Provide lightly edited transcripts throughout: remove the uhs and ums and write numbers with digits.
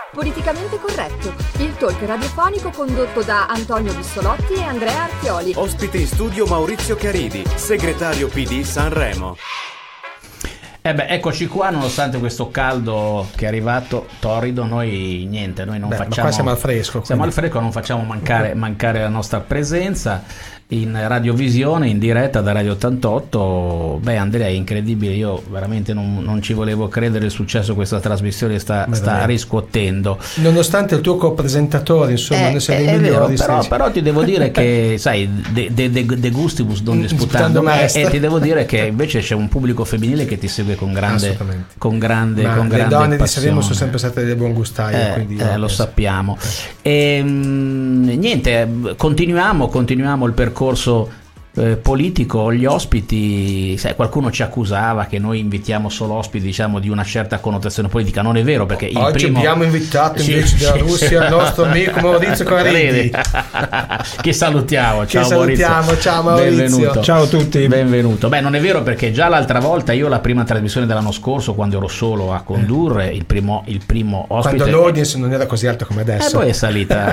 Politicamente corretto, il talk radiofonico condotto da Antonio Bissolotti e Andrea Archioli. Ospite in studio Maurizio Caridi, segretario PD Sanremo. Eccoci qua, nonostante questo caldo che è arrivato torrido, noi non facciamo. Ma qua siamo al fresco. Siamo al fresco, non facciamo mancare la nostra presenza in radiovisione, in diretta da Radio 88. Andrea, è incredibile, io veramente non ci volevo credere, il successo questa trasmissione sta riscuotendo. Nonostante il tuo copresentatore, insomma, noi siamo i migliori. Però ti devo dire che, sai, de gustibus non disputando, e ti devo dire che invece c'è un pubblico femminile che ti segue con grande le donne di Sanremo sono sempre state delle buon gustaie, quindi lo sappiamo. Niente, continuiamo il percorso politico. Gli ospiti, sai, qualcuno ci accusava che noi invitiamo solo ospiti, diciamo, di una certa connotazione politica. Non è vero, perché oggi abbiamo invitato invece dalla Russia il nostro amico Maurizio Caridi che salutiamo. Ciao Maurizio. Benvenuto. Ciao a tutti. Benvenuto. Non è vero, perché già l'altra volta, io la prima trasmissione dell'anno scorso, quando ero solo a condurre, il primo ospite, quando l'audience non era così alta come adesso, poi è salita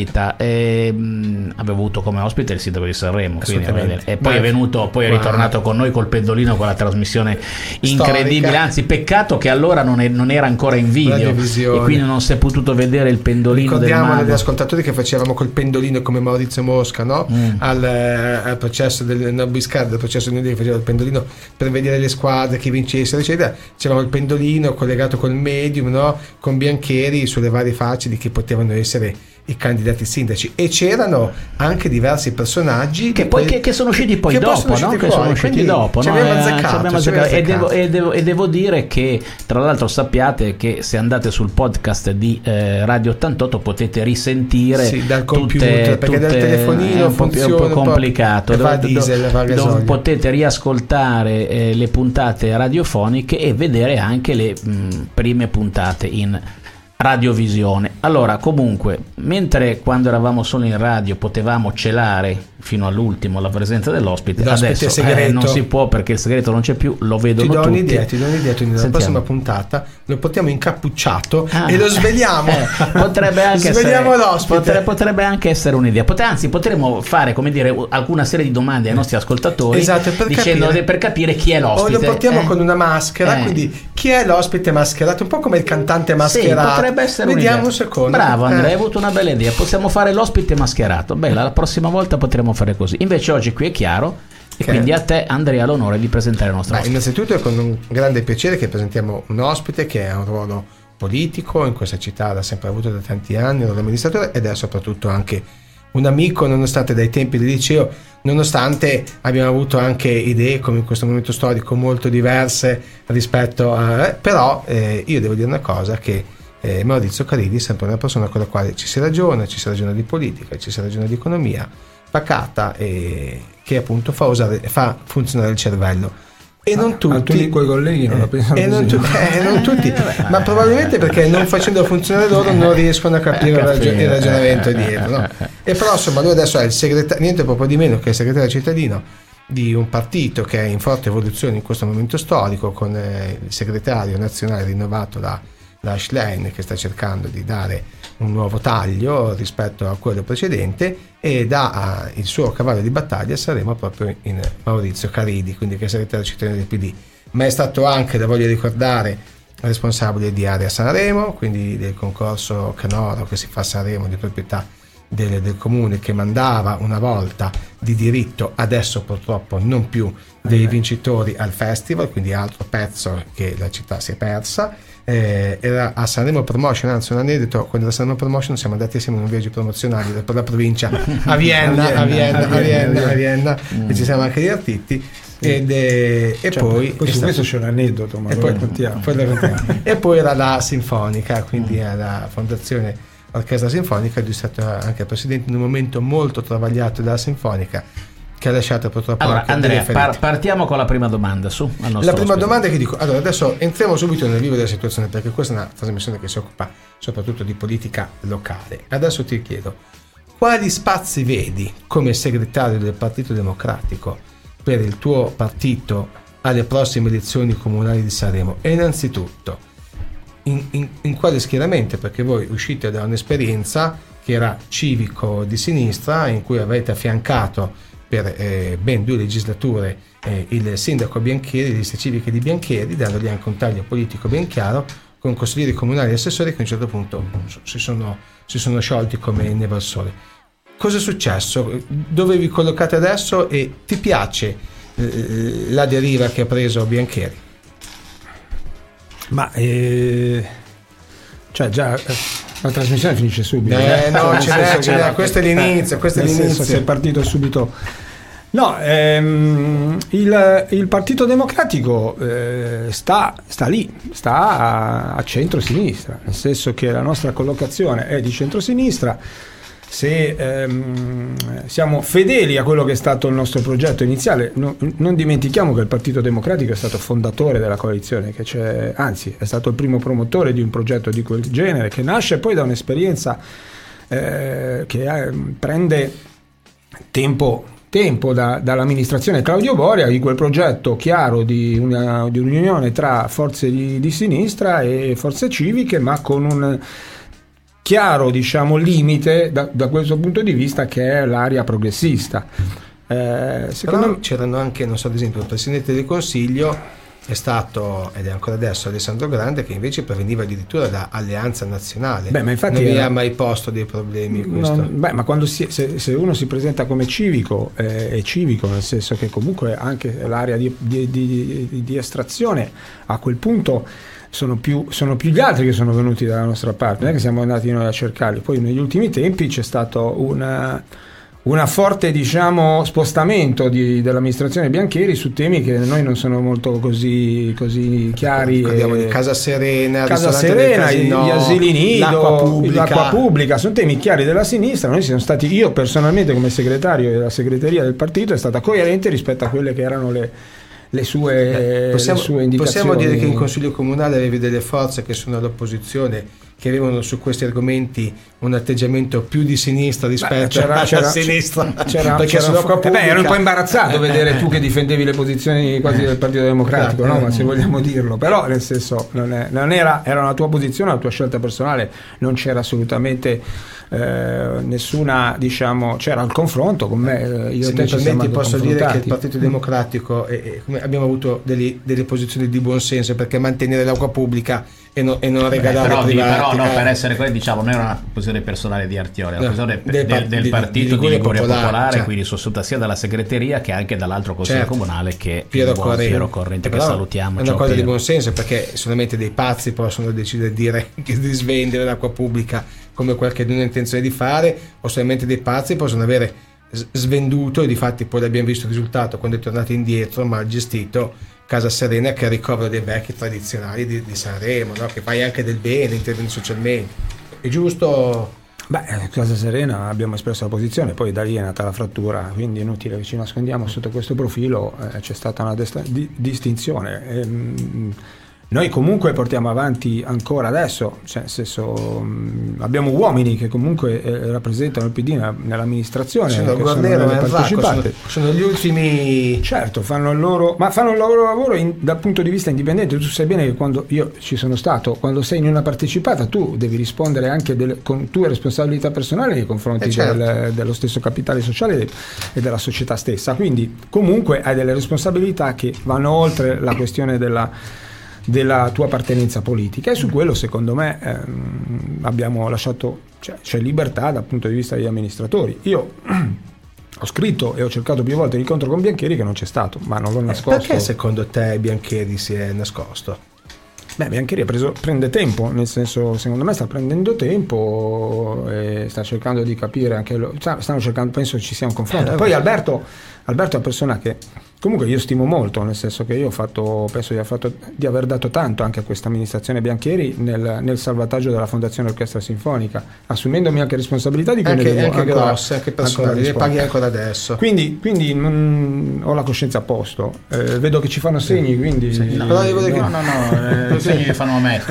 avevo avuto come ospite il sindaco di Sanremo, quindi e poi è ritornato con noi col pendolino, con la trasmissione incredibile, storica. Anzi, peccato che allora non era ancora in video e quindi non si è potuto vedere il pendolino. Ricordiamo agli ascoltatori che facevamo col pendolino come Maurizio Mosca, no? Al processo del Biscardi, del processo di che faceva il pendolino per vedere le squadre, chi vincessero eccetera. C'avevamo il pendolino collegato col medium, no? Con Biancheri sulle varie facce di chi potevano essere i candidati sindaci, e c'erano anche diversi personaggi che sono usciti poi dopo, no? Che sono usciti dopo, ci no? abbiamo azzeccato. E devo dire che, tra l'altro, sappiate che se andate sul podcast di Radio 88 potete risentire dal computer, perché dal telefonino è un po' complicato, potete riascoltare le puntate radiofoniche e vedere anche le prime puntate in radiovisione. Allora, comunque, mentre quando eravamo solo in radio potevamo celare fino all'ultimo la presenza dell'ospite, adesso non si può, perché il segreto non c'è più, lo vedono tutti. Ti do un'idea, nella prossima puntata lo portiamo incappucciato e lo sveliamo. Potrebbe anche sveliamo l'ospite. Potrebbe anche essere un'idea. Potremmo fare, come dire, alcuna serie di domande ai nostri ascoltatori, per capire chi è l'ospite. O lo portiamo con una maschera, quindi chi è l'ospite mascherato, un po' come il cantante mascherato. Potrebbe essere Vediamo un secondo. Bravo Andrea, hai avuto una bella idea. Possiamo fare l'ospite mascherato. Bella, la prossima volta potremo fare così. Invece oggi qui è chiaro, e quindi a te, Andrea, l'onore di presentare il nostro ospite. Innanzitutto è con un grande piacere che presentiamo un ospite che ha un ruolo politico in questa città, l'ha sempre avuto da tanti anni, l'amministratore, ed è soprattutto anche un amico, nonostante dai tempi del liceo, nonostante abbiamo avuto anche idee, come in questo momento storico, molto diverse rispetto a però io devo dire una cosa, che Maurizio Caridi è sempre una persona con la quale ci si ragiona di politica, ci si ragiona di economia, pacata, e che appunto fa funzionare il cervello. E non tutti, alcuni quei colleghi non la pensano così. Non tutti, ma probabilmente perché non facendo funzionare loro non riescono a capire il ragionamento dietro, no? E però insomma lui adesso è il segretario, niente proprio di meno che il segretario cittadino di un partito che è in forte evoluzione in questo momento storico, con il segretario nazionale rinnovato da Schlein, che sta cercando di dare un nuovo taglio rispetto a quello precedente, e dà il suo cavallo di battaglia saremo proprio in Maurizio Caridi, quindi che è segretario cittadino del PD, ma è stato anche, la voglio ricordare, responsabile di Area Sanremo, quindi del concorso Canoro che si fa a Sanremo di proprietà del comune, che mandava una volta di diritto, adesso purtroppo non più, dei vincitori al festival, quindi altro pezzo che la città si è persa. Era a Sanremo Promotion, anzi un aneddoto: quando da Sanremo Promotion siamo andati assieme in un viaggio promozionale per la provincia a Vienna, e ci siamo anche divertiti. E poi su questo c'è un aneddoto, ma poi raccontiamo. E poi era la Sinfonica, quindi alla Fondazione Orchestra Sinfonica, lui è stato anche presidente in un momento molto travagliato della Sinfonica, che ha lasciato purtroppo. Allora Andrea, partiamo con la prima domanda. La prima domanda che dico, allora adesso entriamo subito nel vivo della situazione, perché questa è una trasmissione che si occupa soprattutto di politica locale. Adesso ti chiedo, quali spazi vedi come segretario del Partito Democratico per il tuo partito alle prossime elezioni comunali di Sanremo? E innanzitutto, in quale schieramento, perché voi uscite da un'esperienza che era civico di sinistra, in cui avete affiancato per ben 2 legislature il sindaco Biancheri, le liste civiche di Biancheri, dandogli anche un taglio politico ben chiaro, con consiglieri comunali e assessori che a un certo punto si sono sciolti come neve al sole. Cosa è successo? Dove vi collocate adesso e ti piace la deriva che ha preso Biancheri? Ma cioè già la trasmissione finisce subito. No, questo è l'inizio. Si è partito subito. No, il Partito Democratico sta lì, sta a centro-sinistra, nel senso che la nostra collocazione è di centro-sinistra. Se siamo fedeli a quello che è stato il nostro progetto iniziale, non dimentichiamo che il Partito Democratico è stato fondatore della coalizione che c'è, anzi è stato il primo promotore di un progetto di quel genere, che nasce poi da un'esperienza che prende tempo dall'amministrazione Claudio Boria, di quel progetto chiaro di un'unione tra forze di sinistra e forze civiche, ma con un chiaro, diciamo, limite da questo punto di vista, che è l'area progressista. Secondo me c'erano anche, non so, ad esempio il Presidente del Consiglio è stato, ed è ancora adesso, Alessandro Grande, che invece proveniva addirittura da Alleanza Nazionale. Ma infatti non vi ha mai posto dei problemi questo? Ma quando se uno si presenta come civico, è civico, nel senso che comunque anche l'area di estrazione, a quel punto sono più gli altri che sono venuti dalla nostra parte, non è che siamo andati noi a cercarli. Poi negli ultimi tempi c'è stato una forte, diciamo, spostamento dell'amministrazione Biancheri su temi che noi non sono molto così chiari. Ricordiamo di Casa Serena, gli asili nido, l'acqua pubblica, sono temi chiari della sinistra. Noi siamo stati, io personalmente come segretario della segreteria del partito, è stata coerente rispetto a quelle che erano le sue indicazioni. Possiamo dire che in Consiglio Comunale avevi delle forze che sono all'opposizione, che avevano su questi argomenti un atteggiamento più di sinistra rispetto alla sinistra, perché ero un po' imbarazzato vedere tu che difendevi le posizioni quasi del Partito Democratico, no? Ma se vogliamo dirlo, però nel senso non era la tua posizione, la tua scelta personale, non c'era assolutamente nessuna, diciamo, c'era il confronto con me. Io se mi posso dire che il Partito Democratico abbiamo avuto delle posizioni di buon senso, perché mantenere l'acqua pubblica e non regalare privati. Però per essere quelli, diciamo, non era una posizione personale di Artioli, era una posizione del partito di Liguria Popolare, cioè, quindi sostenuta sia dalla segreteria che anche dall'altro consiglio comunale, che Piero Corrente, che salutiamo. È una cosa di buon senso, perché solamente dei pazzi possono decidere di svendere l'acqua pubblica come qualcuno ha intenzione di fare, o solamente dei pazzi possono avere svenduto, e difatti poi l'abbiamo visto il risultato quando è tornato indietro, mal gestito, Casa Serena, che è il ricovero dei vecchi tradizionali di Sanremo, no? Che fai anche del bene, intervieni socialmente. È giusto? Casa Serena abbiamo espresso la posizione, poi da lì è nata la frattura, quindi è inutile che ci nascondiamo sotto questo profilo. C'è stata una distinzione. Noi comunque portiamo avanti ancora adesso, cioè nel senso, abbiamo uomini che comunque rappresentano il PD nell'amministrazione, sono gli ultimi. Certo, fanno il loro lavoro dal punto di vista indipendente. Tu sai bene che quando io ci sono stato, quando sei in una partecipata, tu devi rispondere anche con tue responsabilità personali nei confronti dello stesso capitale sociale e della società stessa, quindi comunque hai delle responsabilità che vanno oltre la questione della tua appartenenza politica, e su quello secondo me abbiamo lasciato, c'è libertà dal punto di vista degli amministratori. Io ho scritto e ho cercato più volte l'incontro con Biancheri, che non c'è stato, ma non l'ho nascosto. Perché secondo te Biancheri si è nascosto? Biancheri prende tempo, nel senso, secondo me sta prendendo tempo e sta cercando di capire anche stanno cercando, penso ci sia un confronto. Poi Alberto è una persona che comunque io stimo molto, nel senso che io penso di aver dato tanto anche a questa amministrazione Biancheri nel salvataggio della Fondazione Orchestra Sinfonica, assumendomi anche responsabilità di quelle anche grosse, anche personali, le paghi ancora adesso. Quindi ho la coscienza a posto, vedo che ci fanno segni, quindi i segni che fanno a me.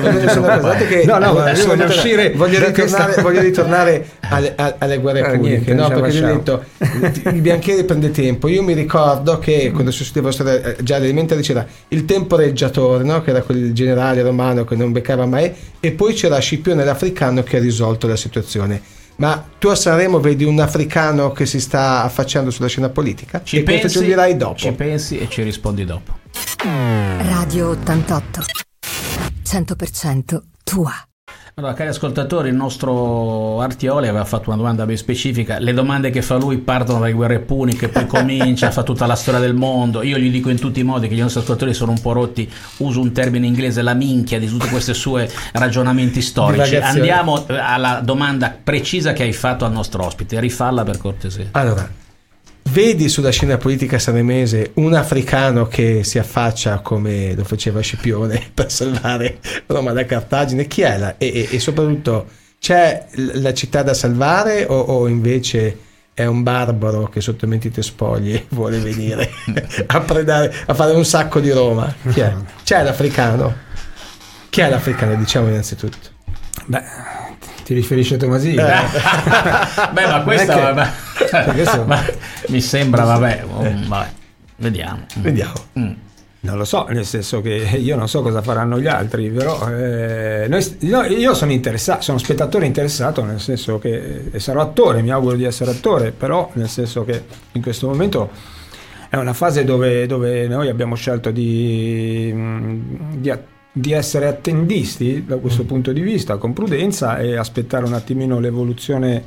Voglio ritornare alle guerre pubbliche, perché gli ho detto il Biancheri prende tempo. Io mi ricordo che quando si studiava storia già all'elementare c'era il temporeggiatore, no? Che era quel generale romano che non beccava mai, e poi c'era Scipione l'africano che ha risolto la situazione. Ma tu a Sanremo vedi un africano che si sta affacciando sulla scena politica? Ci pensi, questo ci dirai dopo. Ci pensi e ci rispondi dopo. Radio 88 100% tua. Allora, cari ascoltatori, il nostro Artioli aveva fatto una domanda ben specifica. Le domande che fa lui partono dalle guerre puniche, poi comincia, fa tutta la storia del mondo. Io gli dico in tutti i modi che gli nostri ascoltatori sono un po' rotti, uso un termine inglese, la minchia di tutte queste sue ragionamenti storici. Andiamo alla domanda precisa che hai fatto al nostro ospite, rifalla per cortesia. Allora, vedi sulla scena politica sanremese un africano che si affaccia come lo faceva Scipione per salvare Roma da Cartagine? Chi è e soprattutto c'è la città da salvare o invece è un barbaro che sotto mentite spoglie vuole venire a fare un sacco di Roma? Chi è? C'è l'africano? Chi è l'africano, diciamo innanzitutto? Beh, ti riferisci a Tomasini? Beh, ma questa mi sembra, vabbè, vediamo. Non lo so, nel senso che io non so cosa faranno gli altri, però io sono interessato, sono spettatore interessato, nel senso che sarò attore, mi auguro di essere attore, però nel senso che in questo momento è una fase dove noi abbiamo scelto di essere attendisti da questo punto di vista, con prudenza, e aspettare un attimino l'evoluzione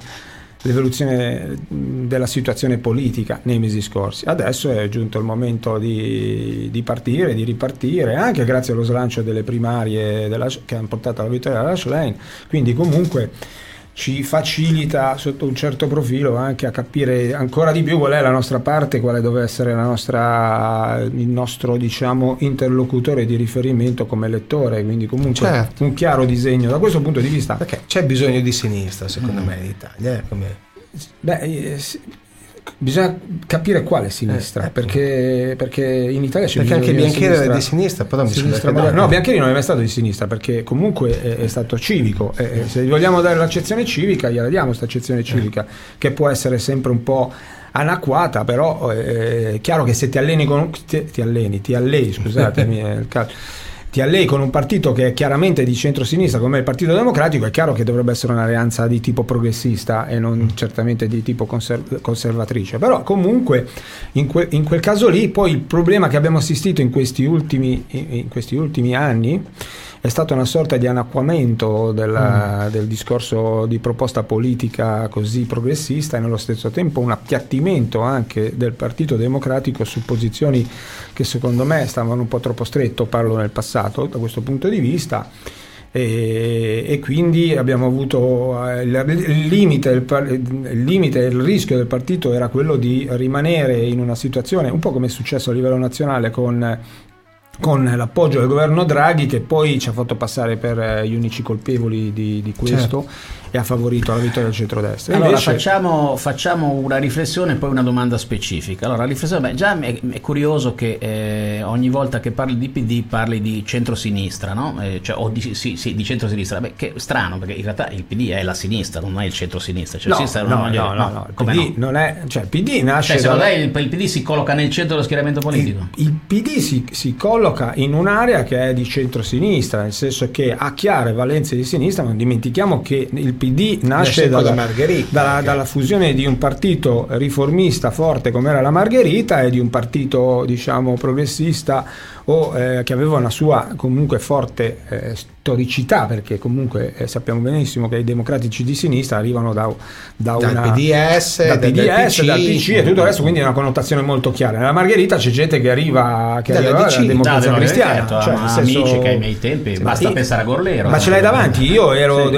della situazione politica nei mesi scorsi. Adesso è giunto il momento di partire, di ripartire, anche grazie allo slancio delle primarie che hanno portato alla vittoria della Schlein, quindi comunque ci facilita sotto un certo profilo anche a capire ancora di più qual è la nostra parte, quale deve essere il nostro, diciamo, interlocutore di riferimento come elettore, quindi comunque un chiaro disegno da questo punto di vista. Perché c'è bisogno di sinistra secondo me in Italia, bisogna capire quale sinistra, perché in Italia c'è anche Biancheri era di sinistra, però no, Biancheri non è mai stato di sinistra, perché comunque è stato civico, se vogliamo dare l'accezione civica gliela diamo, questa accezione civica che può essere sempre un po' anacquata, però è chiaro che se ti allei con un partito che è chiaramente di centrosinistra come il Partito Democratico, è chiaro che dovrebbe essere un'alleanza di tipo progressista e non certamente di tipo conservatrice, però comunque in quel caso lì poi il problema che abbiamo assistito in questi ultimi anni è stato una sorta di annacquamento del discorso di proposta politica così progressista, e nello stesso tempo un appiattimento anche del Partito Democratico su posizioni che secondo me stavano un po' troppo stretto, parlo nel passato da questo punto di vista, e quindi abbiamo avuto il limite, il rischio del partito era quello di rimanere in una situazione un po' come è successo a livello nazionale con l'appoggio del governo Draghi, che poi ci ha fatto passare per gli unici colpevoli di questo, e ha favorito la vittoria del centrodestra. Allora facciamo una riflessione e poi una domanda specifica. Allora, la riflessione, già è curioso che ogni volta che parli di PD parli di centrosinistra, no? Di centrosinistra. Beh, che strano, perché in realtà il PD è la sinistra, non è il centrosinistra. No, il PD non è, cioè il PD nasce. Secondo lei il PD si colloca nel centro dello schieramento politico? Il PD si colloca in un'area che è di centrosinistra, nel senso che ha chiare valenze di sinistra. Non dimentichiamo che il PD nasce dalla fusione di un partito riformista forte come era la Margherita e di un partito, diciamo, progressista che aveva una sua comunque forte storicità, perché comunque sappiamo benissimo che i democratici di sinistra arrivano dal PDS, dal PC e tutto il resto, quindi è una connotazione molto chiara. Nella Margherita c'è gente che arriva dalla democrazia cristiana, cioè, amici che ai miei tempi basta pensare a Gorlero, ma ce l'hai davanti. Io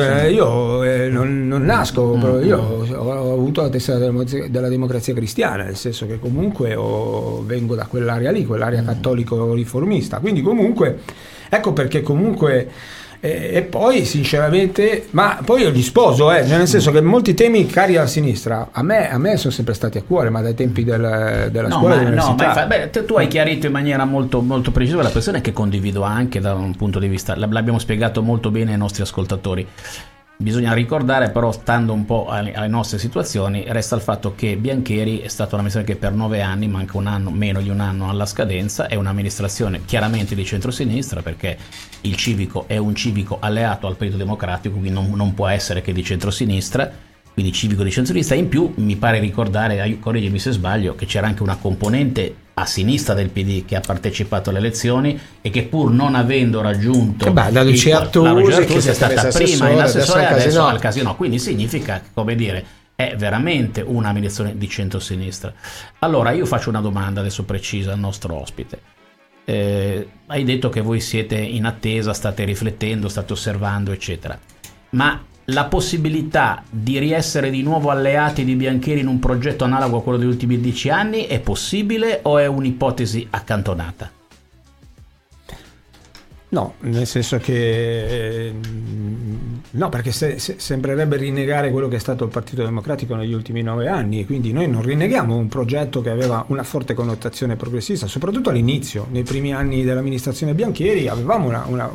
non nasco, io ho avuto la testa della democrazia cristiana, nel senso che comunque vengo da quell'area lì, quell'area cattolico riformista, quindi comunque ecco perché comunque e poi sinceramente, ma poi io li sposo, nel senso che molti temi cari alla sinistra a me sono sempre stati a cuore, ma dai tempi della scuola e dell'università. Tu hai chiarito in maniera molto, molto precisa la questione, che condivido anche da un punto di vista, l'abbiamo spiegato molto bene ai nostri ascoltatori. Bisogna ricordare però, stando un po' alle nostre situazioni, resta il fatto che Biancheri è stata un'amministrazione che per 9 anni, manca un anno, meno di un anno alla scadenza, è un'amministrazione chiaramente di centrosinistra, perché il civico è un civico alleato al Partito Democratico, quindi non può essere che di centrosinistra, quindi civico di centrosinistra. In più mi pare ricordare, correggimi se sbaglio, che c'era anche una componente a sinistra del PD che ha partecipato alle elezioni e che, pur non avendo raggiunto la Lucia Artusi, che è stata prima in assessore, adesso al casino, quindi significa, come dire, è veramente un'amministrazione di centrosinistra. Allora io faccio una domanda adesso precisa al nostro ospite. Hai detto che voi siete in attesa, state riflettendo, state osservando, eccetera, ma la possibilità di riessere di nuovo alleati di Biancheri in un progetto analogo a quello degli ultimi 10 anni è possibile o è un'ipotesi accantonata? No, nel senso che no, perché sembrerebbe rinnegare quello che è stato il Partito Democratico negli ultimi 9 anni, e quindi noi non rinneghiamo un progetto che aveva una forte connotazione progressista, soprattutto all'inizio, nei primi anni dell'amministrazione Biancheri avevamo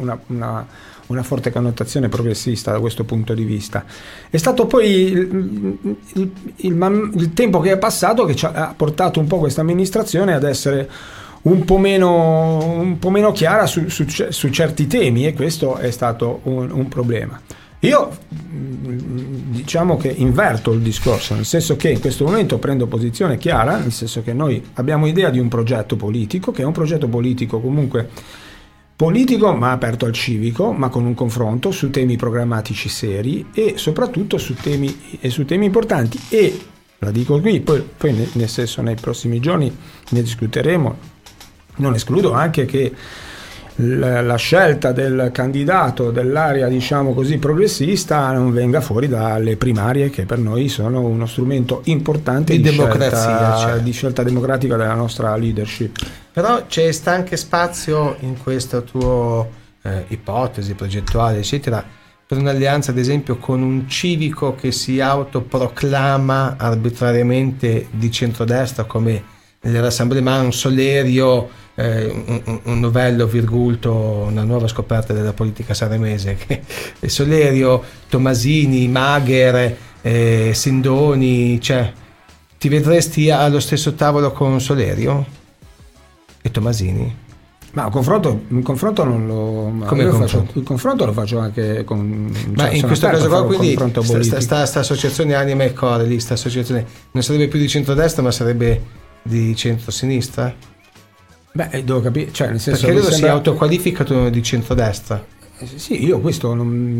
una forte connotazione progressista da questo punto di vista. È stato poi il tempo che è passato che ci ha portato un po' questa amministrazione ad essere un po' meno chiara su certi temi, e questo è stato un problema. Io diciamo che inverto il discorso, nel senso che in questo momento prendo posizione chiara, nel senso che noi abbiamo idea di un progetto politico, che è un progetto politico comunque politico ma aperto al civico, ma con un confronto su temi programmatici seri e soprattutto su temi importanti. E la dico qui, poi nel senso nei prossimi giorni ne discuteremo. Non escludo anche che la scelta del candidato dell'area, diciamo così, progressista non venga fuori dalle primarie, che per noi sono uno strumento importante di scelta democratica della nostra leadership. Però sta anche spazio in questa tua ipotesi progettuale, eccetera, per un'alleanza ad esempio con un civico che si autoproclama arbitrariamente di centrodestra, come l'Assembleman Solerio, un novello virgulto, una nuova scoperta della politica sanremese, che Solerio, Tomasini, Magher, Sindoni, cioè ti vedresti allo stesso tavolo con Solerio e Tomasini? Ma un confronto non lo il confronto lo faccio anche con, ma in questo caso qua, quindi sta associazione Anima e Core lì, sta associazione non sarebbe più di centrodestra ma sarebbe di centrosinistra? Beh, devo capire, cioè nel senso, perché loro si autoqualificano di centrodestra. Sì, io questo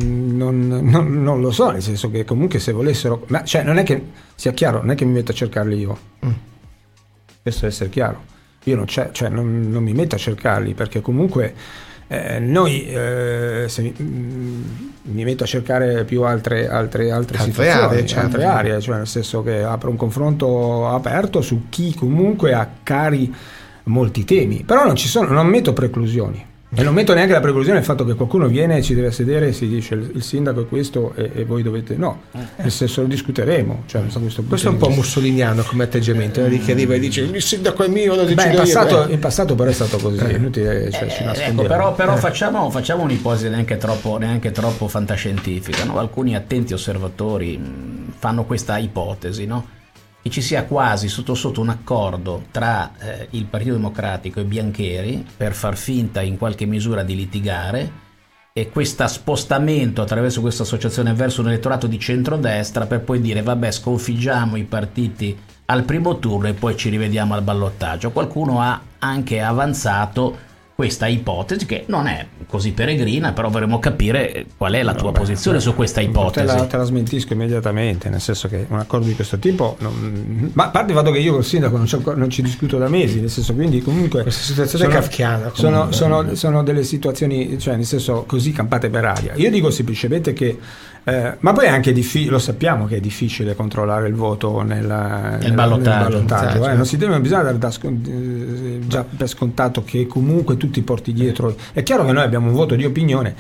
non lo so, nel senso che comunque se volessero, ma cioè non è che sia chiaro, non è che mi metto a cercarli io. Questo deve essere chiaro. Io non mi metto a cercarli, perché comunque noi se mi metto a cercare più altre situazioni, altre aree, cioè nel senso che apro un confronto aperto su chi comunque ha cari molti temi, però non metto preclusioni. E non metto neanche la preclusione del fatto che qualcuno viene e ci deve sedere e si dice il sindaco è questo e voi dovete no, nel senso lo discuteremo, cioè, questo è un po' mussoliniano come atteggiamento, di chi arriva e dice il sindaco è mio, lo decido io. In passato però è stato così, inutile, ecco, però facciamo un'ipotesi neanche troppo fantascientifica, no? Alcuni attenti osservatori fanno questa ipotesi, no? Che ci sia quasi sotto un accordo tra il Partito Democratico e Biancheri per far finta in qualche misura di litigare, e questo spostamento attraverso questa associazione verso un elettorato di centrodestra per poi dire vabbè, sconfiggiamo i partiti al primo turno e poi ci rivediamo al ballottaggio. Qualcuno ha anche avanzato questa ipotesi, che non è così peregrina, però vorremmo capire qual è la tua posizione su questa ipotesi. Te la smentisco immediatamente, nel senso che un accordo di questo tipo ma a parte il fatto che io col sindaco non ci discuto da mesi, nel senso, quindi comunque questa situazione è kafkiana, sono delle situazioni, cioè nel senso, così campate per aria. Io dico semplicemente che ma poi è anche lo sappiamo che è difficile controllare il voto nel ballottaggio. Non si deve, bisogna dare già per scontato che comunque tu ti porti dietro. È chiaro che noi abbiamo un voto di opinione,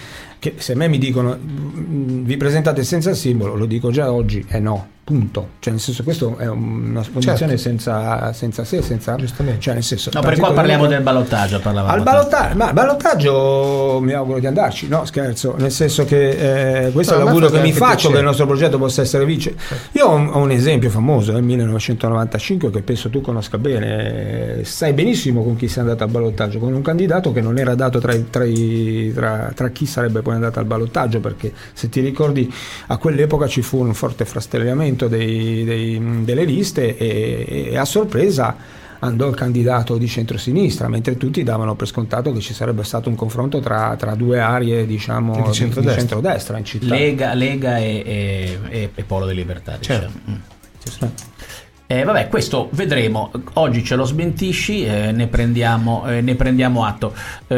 che se a me mi dicono vi presentate senza il simbolo, lo dico già oggi, no, punto. Cioè, nel senso, questo è una condizione senza se, senza giustamente. Cioè, nel senso, no, perché qua parliamo del ballottaggio. Ballottaggio mi auguro di andarci, no, scherzo, nel senso che questo è l'augurio che mi faccio, che il nostro progetto possa essere vice. Io ho un esempio famoso del 1995 che penso tu conosca bene, sai benissimo con chi sei andato al ballottaggio, con un candidato che non era dato tra chi sarebbe poi andato al ballottaggio, perché se ti ricordi a quell'epoca ci fu un forte frastellamento delle liste e a sorpresa andò il candidato di centrosinistra, mentre tutti davano per scontato che ci sarebbe stato un confronto tra due aree, diciamo, di centrodestra in città. Lega e Polo di Libertà, diciamo. Vabbè, questo vedremo. Oggi ce lo smentisci, ne prendiamo atto.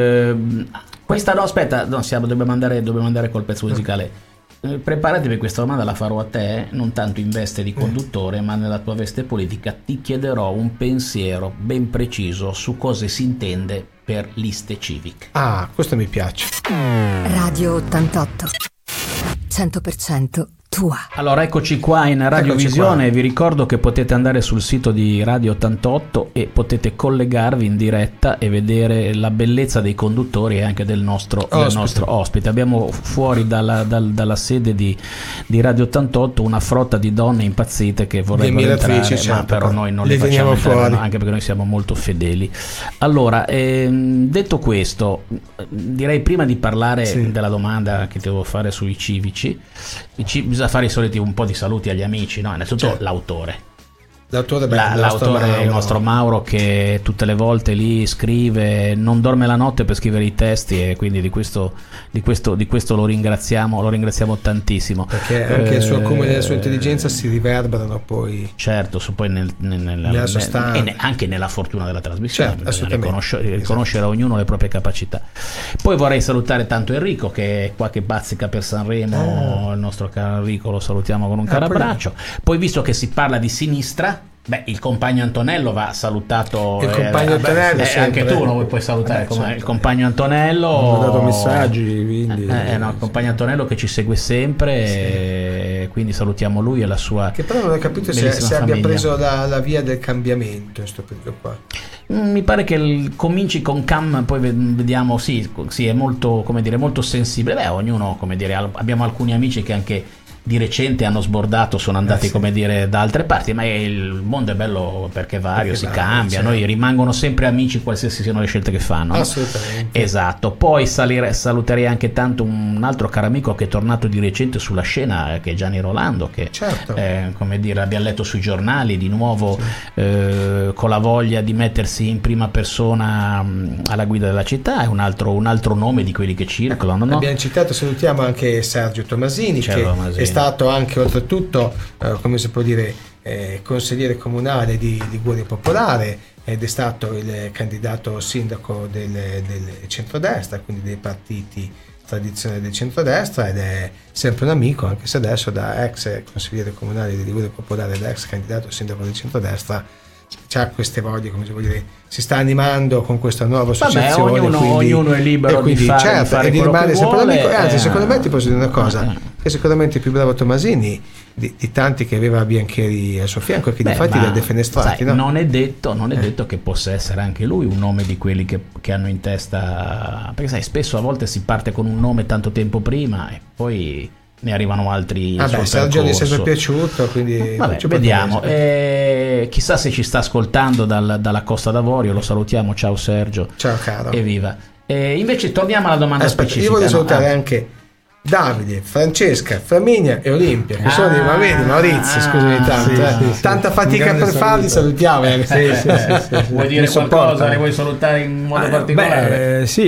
Dobbiamo andare col pezzo musicale. Preparati, per questa domanda la farò a te, non tanto in veste di conduttore, ma nella tua veste politica. Ti chiederò un pensiero ben preciso su cosa si intende per liste civiche. Ah, questo mi piace. Radio 88 100% tua. Allora, eccoci qua in Radiovisione. Vi ricordo che potete andare sul sito di Radio 88 e potete collegarvi in diretta e vedere la bellezza dei conduttori e anche del nostro ospite. Abbiamo fuori dalla sede di Radio 88 una frotta di donne impazzite che vorrebbero entrare, ma però noi non le facciamo entrare, anche perché noi siamo molto fedeli. Allora, detto questo, direi, prima di parlare della domanda che ti devo fare sui civici, bisogna fare i soliti un po' di saluti agli amici, no? Innanzitutto l'autore è il nostro Mauro, che tutte le volte lì scrive, non dorme la notte per scrivere i testi, e quindi di questo lo ringraziamo tantissimo, perché anche il suo accumulo e la sua intelligenza si riverberano poi, certo, poi nella sostanza e anche nella fortuna della trasmissione, riconoscere a ognuno le proprie capacità. Poi vorrei salutare tanto Enrico, che è qua che bazzica per Sanremo, il nostro caro Enrico, lo salutiamo con un caro abbraccio. Poi, visto che si parla di sinistra, il compagno Antonello va salutato. Il compagno Antonello, anche tu lo puoi salutare, il compagno Antonello. Ho dato messaggi, quindi il compagno Antonello che ci segue sempre, quindi salutiamo lui e la sua. Che però non ho capito se abbia preso la via del cambiamento in questo periodo qua. Mi pare che cominci con Cam, poi vediamo. Sì, è molto, come dire, molto sensibile. Ognuno, come dire, abbiamo alcuni amici che anche di recente hanno sbordato, sono andati come dire da altre parti, ma il mondo è bello perché si cambia, noi rimangono sempre amici qualsiasi siano le scelte che fanno. Assolutamente. Esatto. Poi saluterei anche tanto un altro caro amico che è tornato di recente sulla scena, che è Gianni Rolando, che come dire, abbiamo letto sui giornali di nuovo, con la voglia di mettersi in prima persona alla guida della città. È un altro nome di quelli che circolano, no? Abbiamo citato, salutiamo anche Sergio Tomasini, che è stato anche oltretutto, come si può dire, consigliere comunale di Guardia Popolare, ed è stato il candidato sindaco del centrodestra, quindi dei partiti tradizionali del centrodestra, ed è sempre un amico, anche se adesso da ex consigliere comunale di Guardia Popolare, da ex candidato sindaco del centrodestra, c'ha queste voglie, come si può dire, si sta animando con questa nuova associazione. Ognuno è libero di fare di quello che vuole, anzi, secondo me ti posso dire una cosa, che sicuramente il più bravo Tomasini di tanti che aveva Biancheri al suo fianco, e che difatti li ha defenestrati, no? Non è detto che possa essere anche lui un nome di quelli che hanno in testa, perché sai, spesso a volte si parte con un nome tanto tempo prima e poi ne arrivano altri. Sergio gli è sempre piaciuto, quindi vediamo. Chissà se ci sta ascoltando dalla Costa d'Avorio, lo salutiamo. Ciao Sergio. Ciao caro. Evviva. Invece torniamo alla domanda specifica. Io voglio salutare anche Davide, Francesca, Flaminia e Olimpia, che sono dei Maurizio, scusami tanto, tanta fatica per farli, salutiamo. Vuoi dire qualcosa? Le vuoi salutare in modo particolare? Sì,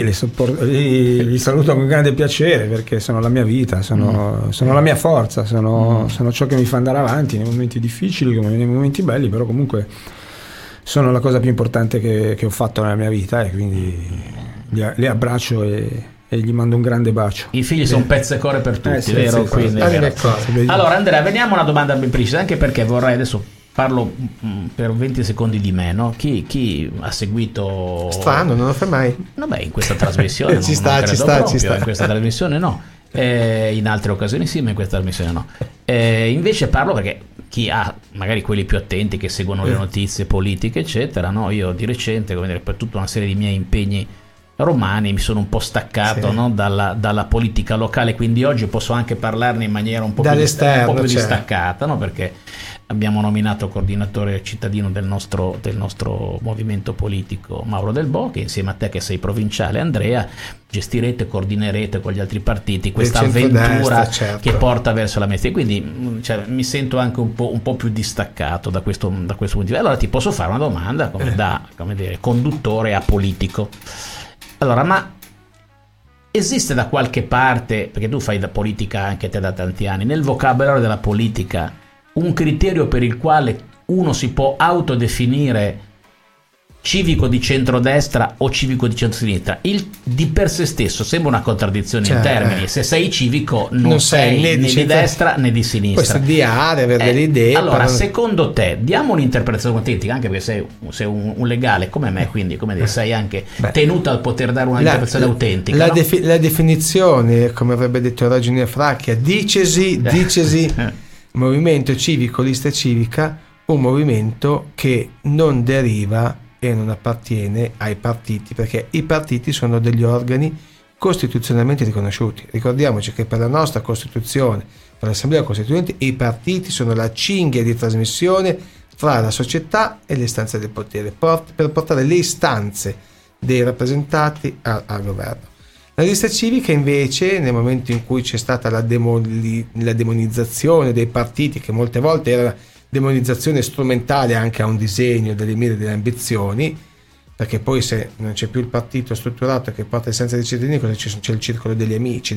li saluto con grande piacere, perché sono la mia vita, sono la mia forza, sono ciò che mi fa andare avanti nei momenti difficili come nei momenti belli, però comunque sono la cosa più importante che ho fatto nella mia vita, e quindi li abbraccio e gli mando un grande bacio. I figli sono pezze e core per tutti, vero? Allora Andrea, veniamo a una domanda ben precisa, anche perché vorrei adesso parlo per 20 secondi di me, no? Chi ha seguito... Strano, non lo fai mai. Vabbè, in questa trasmissione ci sta. In questa trasmissione no, in altre occasioni sì, ma in questa trasmissione no. Invece parlo perché chi ha, magari quelli più attenti che seguono le notizie politiche eccetera, no? Io di recente, come dire, per tutta una serie di miei impegni romani mi sono un po' staccato, no? dalla politica locale, quindi oggi posso anche parlarne in maniera un po' più distaccata, no? Perché abbiamo nominato coordinatore cittadino del nostro movimento politico Mauro Del Bo, che insieme a te che sei provinciale, Andrea, gestirete, coordinerete con gli altri partiti questa avventura che porta verso la messa. Quindi mi sento anche un po' più distaccato da questo punto di vista. Allora ti posso fare una domanda come dire, conduttore a politico. Allora, ma esiste da qualche parte, perché tu fai da politica anche te da tanti anni, nel vocabolario della politica un criterio per il quale uno si può autodefinire civico di centrodestra o civico di centrosinistra? Di per sé stesso sembra una contraddizione in termini. Se sei civico non sei né di destra né di sinistra. Puoi studiare, avere delle idee. Allora, secondo te, diamo un'interpretazione autentica, anche perché sei un legale come me, quindi come dire, sei anche tenuto al poter dare un'interpretazione autentica. La definizione, come avrebbe detto Ragine Fracchia, dicesi movimento civico, lista civica, un movimento che non deriva e non appartiene ai partiti, perché i partiti sono degli organi costituzionalmente riconosciuti. Ricordiamoci che per la nostra Costituzione, per l'Assemblea Costituente, i partiti sono la cinghia di trasmissione tra la società e le istanze del potere, per portare le istanze dei rappresentati al governo. La lista civica invece, nel momento in cui c'è stata la demonizzazione dei partiti, che molte volte era demonizzazione strumentale anche a un disegno, delle mire e delle ambizioni, perché poi se non c'è più il partito strutturato che porta l'istanza dei cittadini, c'è il circolo degli amici,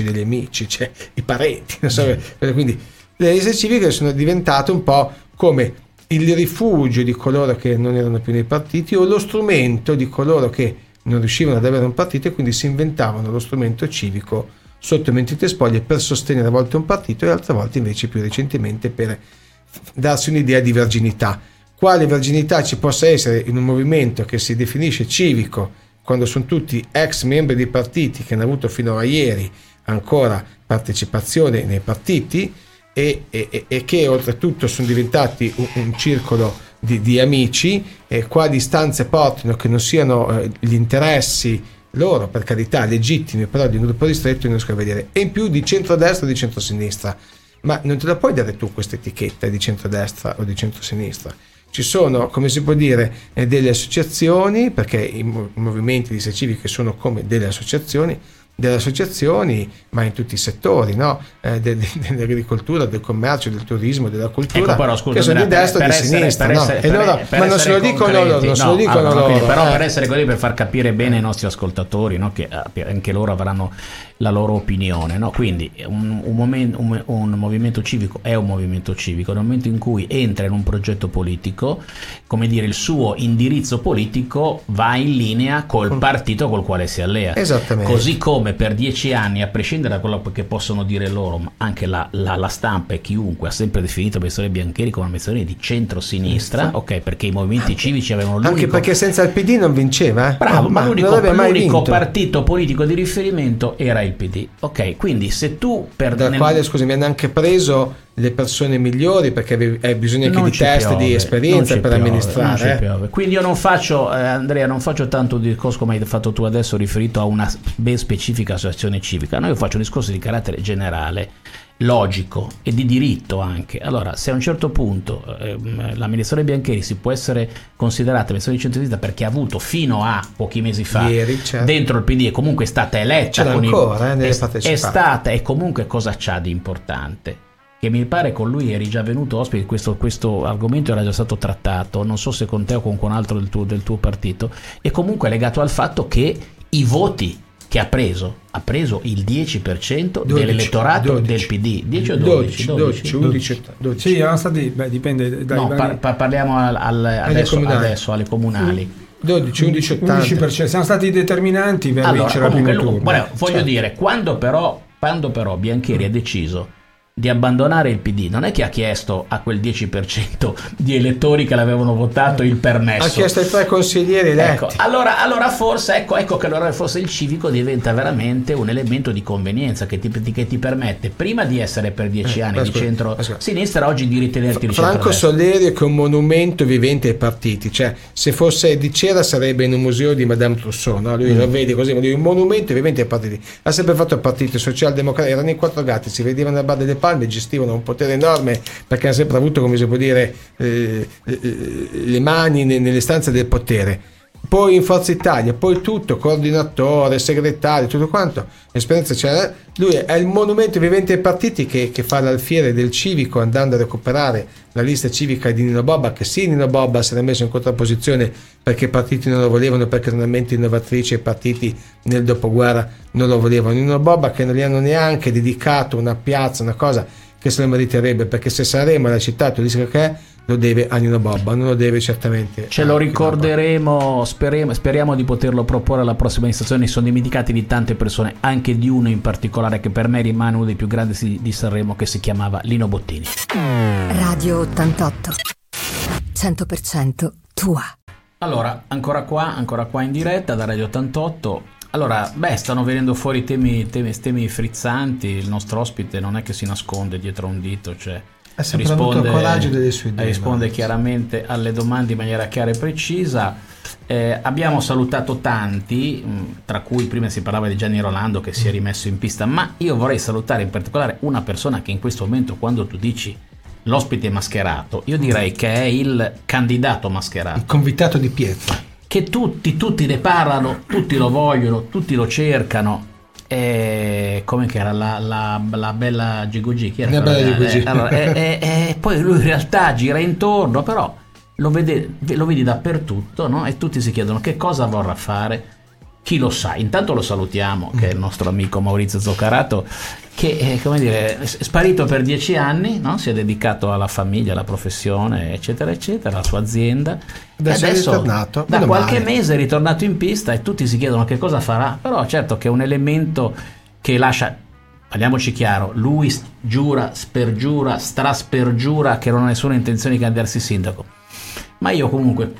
c'è i parenti, non so, quindi le liste civiche sono diventate un po' come il rifugio di coloro che non erano più nei partiti o lo strumento di coloro che non riuscivano ad avere un partito e quindi si inventavano lo strumento civico sotto mentite spoglie per sostenere a volte un partito e altre volte invece più recentemente per darsi un'idea di verginità. Quale verginità ci possa essere in un movimento che si definisce civico quando sono tutti ex membri di partiti che hanno avuto fino a ieri ancora partecipazione nei partiti e che oltretutto sono diventati un circolo di amici, e qua distanze portino che non siano gli interessi loro, per carità legittimi, però di un gruppo ristretto non riesco a vedere, e in più di centrodestra o di centrosinistra. Ma non te la puoi dare tu questa etichetta di centrodestra o di centrosinistra. Ci sono, come si può dire, delle associazioni, perché i movimenti di civiche sono come delle associazioni, ma in tutti i settori, no? Dell'agricoltura, del commercio, del turismo, della cultura, però, scusa, che sono di destra o di sinistra, ma non se lo dicono loro. Però per essere così, per far capire bene ai nostri ascoltatori, no? Che anche loro avranno la loro opinione, no? Quindi un movimento civico è un movimento civico nel momento in cui entra in un progetto politico, come dire, il suo indirizzo politico va in linea col partito col quale si allea. Esattamente. Così come per 10 anni, a prescindere da quello che possono dire loro, ma anche la stampa e chiunque ha sempre definito Bessone Biancheri come una Bessone di centro-sinistra, ok, perché i movimenti civici avevano l'unico... Anche perché senza il PD non vinceva, Bravo, ma l'unico partito politico di riferimento era il PD, ok, quindi se tu quale, scusami, hanno anche preso le persone migliori, perché hai bisogno anche di test, di esperienza per amministrare. Quindi io non faccio, Andrea, non faccio tanto un discorso come hai fatto tu adesso riferito a una ben specifica associazione civica, no, io faccio un discorso di carattere generale, logico e di diritto anche. Allora, se a un certo punto l'amministratore Biancheri si può essere considerata amministratore di centrodestra perché ha avuto fino a pochi mesi fa dentro il PD e comunque è stata eletta, è stata, e comunque cosa c'ha di importante? Che mi pare con lui eri già venuto ospite, questo argomento era già stato trattato, non so se con te o con qualcun altro del tuo partito, e comunque è legato al fatto che i voti che ha preso il 10% dell'elettorato del PD, 10 o 12? 11. Sì, erano stati, dipende dai parliamo adesso alle comunali. 12, 11, 11%, siamo stati determinanti per vincere il primo turno. Voglio dire, quando però Biancheri ha deciso di abbandonare il PD non è che ha chiesto a quel 10% di elettori che l'avevano votato il permesso, ha chiesto ai 3 consiglieri eletti. Ecco, allora forse ecco che allora forse il civico diventa veramente un elemento di convenienza che ti permette prima di essere per 10 anni di centro-sinistra, oggi di ritenerti di Franco Soleri che è un monumento vivente ai partiti, cioè se fosse di cera sarebbe in un museo di Madame Tussauds, no? Lui lo vedi così, ma lui è un monumento vivente ai partiti, ha sempre fatto partiti socialdemocratici, erano in 4 gatti, si vedevano a Bar delle Palme, gestivano un potere enorme perché hanno sempre avuto, come si può dire, le mani nelle stanze del potere. Poi in Forza Italia, poi tutto, coordinatore, segretario, tutto quanto, esperienza c'era. Lui è il monumento vivente ai partiti che fa l'alfiere del civico, andando a recuperare la lista civica di Nino Bobba, che sì, Nino Bobba si era messo in contrapposizione perché i partiti non lo volevano, perché era una mente innovatrice, i partiti nel dopoguerra non lo volevano. Nino Bobba che non gli hanno neanche dedicato una piazza, una cosa che se lo meriterebbe, perché se Sanremo è la città turistica che è, lo deve a Nino Bobba, non lo deve certamente. Ce lo ricorderemo, speriamo di poterlo proporre alla prossima amministrazione. Sono dimenticati di tante persone, anche di uno in particolare che per me rimane uno dei più grandi di Sanremo, che si chiamava Lino Bottini. Radio 88 100% tua. Allora, ancora qua in diretta da Radio 88. Allora, stanno venendo fuori temi frizzanti. Il nostro ospite non è che si nasconde dietro a un dito, cioè ha sempre avuto il coraggio delle sue idee, risponde chiaramente alle domande in maniera chiara e precisa. Abbiamo salutato tanti, tra cui prima si parlava di Gianni Rolando che si è rimesso in pista, ma io vorrei salutare in particolare una persona che in questo momento, quando tu dici l'ospite mascherato, io direi che è il candidato mascherato, il convitato di pietra, che tutti ne parlano, tutti lo vogliono, tutti lo cercano. Come che era la bella Gigogi, chi era? La bella Gigogi. Allora, poi lui in realtà gira intorno, però lo vedi dappertutto, no? E tutti si chiedono che cosa vorrà fare, chi lo sa. Intanto lo salutiamo, che è il nostro amico Maurizio Zoccarato, che è sparito per 10 anni, no? Si è dedicato alla famiglia, alla professione, eccetera eccetera, alla sua azienda. Adesso è ritornato, da qualche mese è ritornato in pista e tutti si chiedono che cosa farà. Però certo che è un elemento che lascia, parliamoci chiaro, lui giura, spergiura, straspergiura che non ha nessuna intenzione di candidarsi sindaco, ma io comunque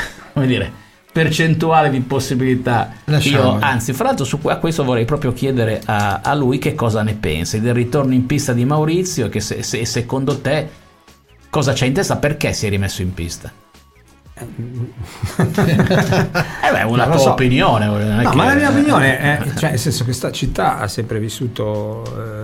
percentuale di possibilità io, anzi, fra l'altro a questo vorrei proprio chiedere a lui che cosa ne pensi del ritorno in pista di Maurizio, che se secondo te cosa c'è in testa, perché si è rimesso in pista. Una tua opinione, ma la mia opinione è, cioè, nel senso che questa città ha sempre vissuto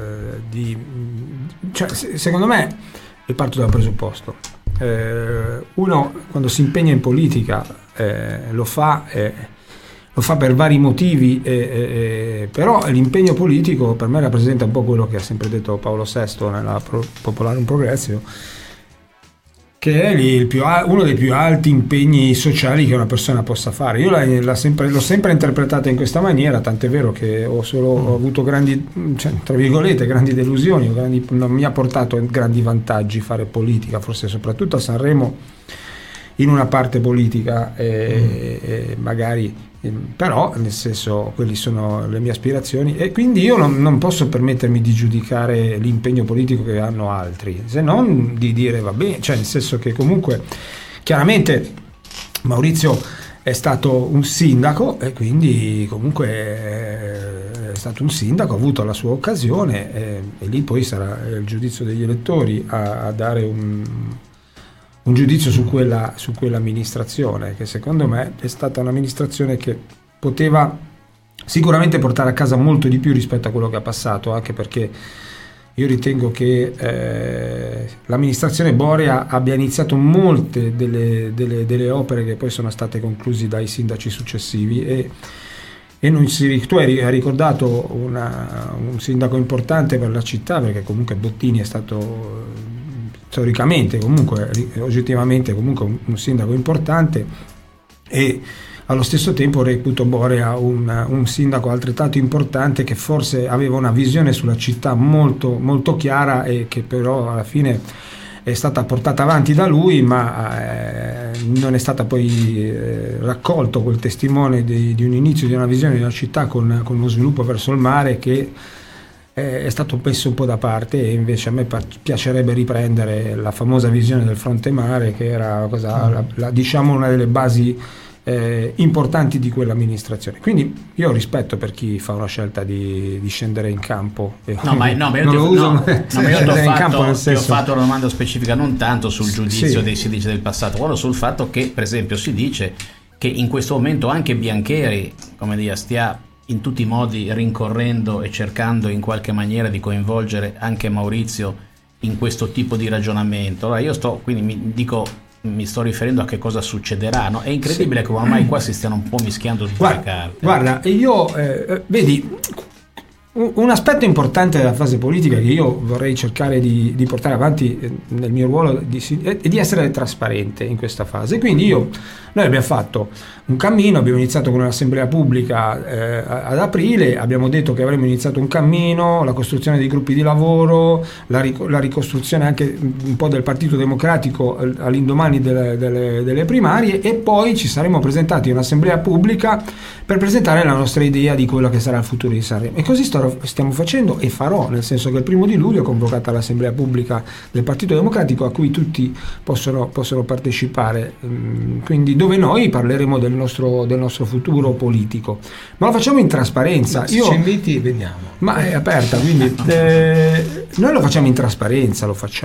secondo me, io parto dal presupposto, uno quando si impegna in politica lo fa per vari motivi, però l'impegno politico per me rappresenta un po' quello che ha sempre detto Paolo VI nella Popolarum Progressio, che è uno dei più alti impegni sociali che una persona possa fare. Io l'ho sempre interpretata in questa maniera, tant'è vero che ho avuto grandi, tra virgolette, grandi delusioni, non mi ha portato grandi vantaggi fare politica, forse soprattutto a Sanremo in una parte politica, magari, però nel senso, quelli sono le mie aspirazioni, e quindi io non posso permettermi di giudicare l'impegno politico che hanno altri, se non di dire va bene, cioè nel senso che comunque chiaramente Maurizio è stato un sindaco e quindi comunque è stato un sindaco, ha avuto la sua occasione, e lì poi sarà il giudizio degli elettori a dare un giudizio su quell'amministrazione, che secondo me è stata un'amministrazione che poteva sicuramente portare a casa molto di più rispetto a quello che ha passato, anche perché io ritengo che l'amministrazione Borea abbia iniziato molte delle opere che poi sono state concluse dai sindaci successivi, e tu hai ricordato un sindaco importante per la città, perché comunque Bottini è stato storicamente, comunque oggettivamente comunque un sindaco importante, e allo stesso tempo reputo Borea un sindaco altrettanto importante, che forse aveva una visione sulla città molto, molto chiara, e che però alla fine è stata portata avanti da lui, ma non è stata poi raccolto quel testimone di un inizio di una visione di una città con lo sviluppo verso il mare, che è stato messo un po' da parte, e invece a me piacerebbe riprendere la famosa visione del fronte mare, che era diciamo una delle basi importanti di quell'amministrazione. Quindi io ho rispetto per chi fa una scelta di scendere in campo. Ma io ti ho fatto una domanda specifica non tanto sul giudizio dei sindaci del passato, quello sul fatto che, per esempio, si dice che in questo momento anche Biancheri, come dire, stia in tutti i modi rincorrendo e cercando in qualche maniera di coinvolgere anche Maurizio in questo tipo di ragionamento. Allora io mi sto riferendo a che cosa succederà, no? È incredibile come ormai qua si stiano un po' mischiando tutte le carte. Guarda, io vedi, un aspetto importante della fase politica che io vorrei cercare di portare avanti nel mio ruolo è di essere trasparente in questa fase. Quindi noi abbiamo fatto un cammino, abbiamo iniziato con un'assemblea pubblica ad aprile, abbiamo detto che avremmo iniziato un cammino, la costruzione dei gruppi di lavoro, la ricostruzione anche un po' del Partito Democratico all'indomani delle primarie, e poi ci saremmo presentati in un'assemblea pubblica per presentare la nostra idea di quello che sarà il futuro di Sanremo. E così stiamo facendo e farò, nel senso che il 1 luglio è convocata l'assemblea pubblica del Partito Democratico a cui tutti possono partecipare, quindi dove noi parleremo del nostro futuro politico, ma lo facciamo in trasparenza. Se ci inviti veniamo, ma è aperta, quindi noi lo facciamo in trasparenza,